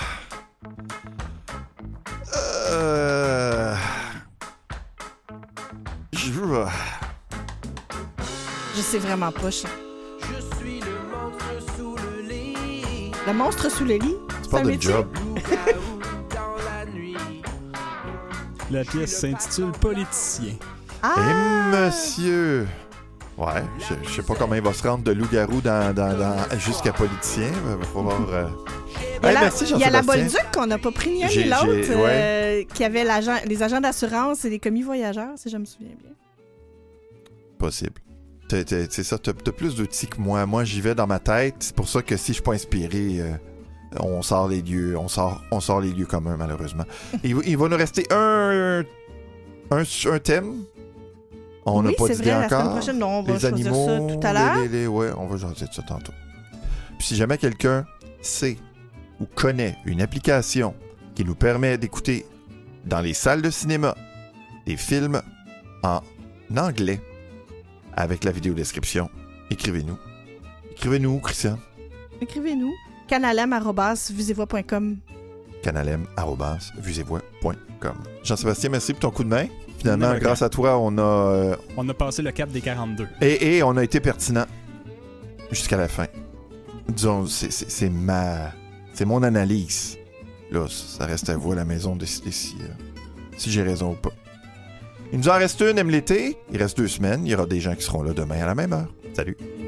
Je sais vraiment pas. Je suis le monstre sous le lit. Le monstre sous le lit? Tu parles de job. La pièce s'intitule Politicien. Et monsieur... Ouais, je sais pas comment il va se rendre de loup-garou jusqu'à politicien. Il va falloir... merci, il y a la Jean-Sébastien. Bolduc qu'on n'a pas pris ni un ni l'autre, ouais. qui avait les agents d'assurance et les commis voyageurs, si je me souviens bien. Possible. C'est ça, t'as plus d'outils que moi. Moi, j'y vais dans ma tête. C'est pour ça que si je suis pas inspiré, on sort les lieux. On sort les lieux communs, malheureusement. Il va nous rester un thème. On n'a pas d'idée vrai, encore. La semaine prochaine, non, on va les choisir animaux, ça tout à l'heure. Ouais, on va jaser de ça tantôt. Puis si jamais quelqu'un sait ou connaît une application qui nous permet d'écouter dans les salles de cinéma des films en anglais avec la vidéodescription, écrivez-nous. Écrivez-nous, Christian. Écrivez-nous. canalem@vusevoix.com. canalem@vusevoix.com. Jean-Sébastien, merci pour ton coup de main. Finalement, grâce à toi, on a passé le cap des 42. Et on a été pertinent jusqu'à la fin. Disons, c'est mon analyse. Là, ça reste à vous à la maison de décider si j'ai raison ou pas. Il nous en reste une, aime l'été. Il reste 2 semaines. Il y aura des gens qui seront là demain à la même heure. Salut.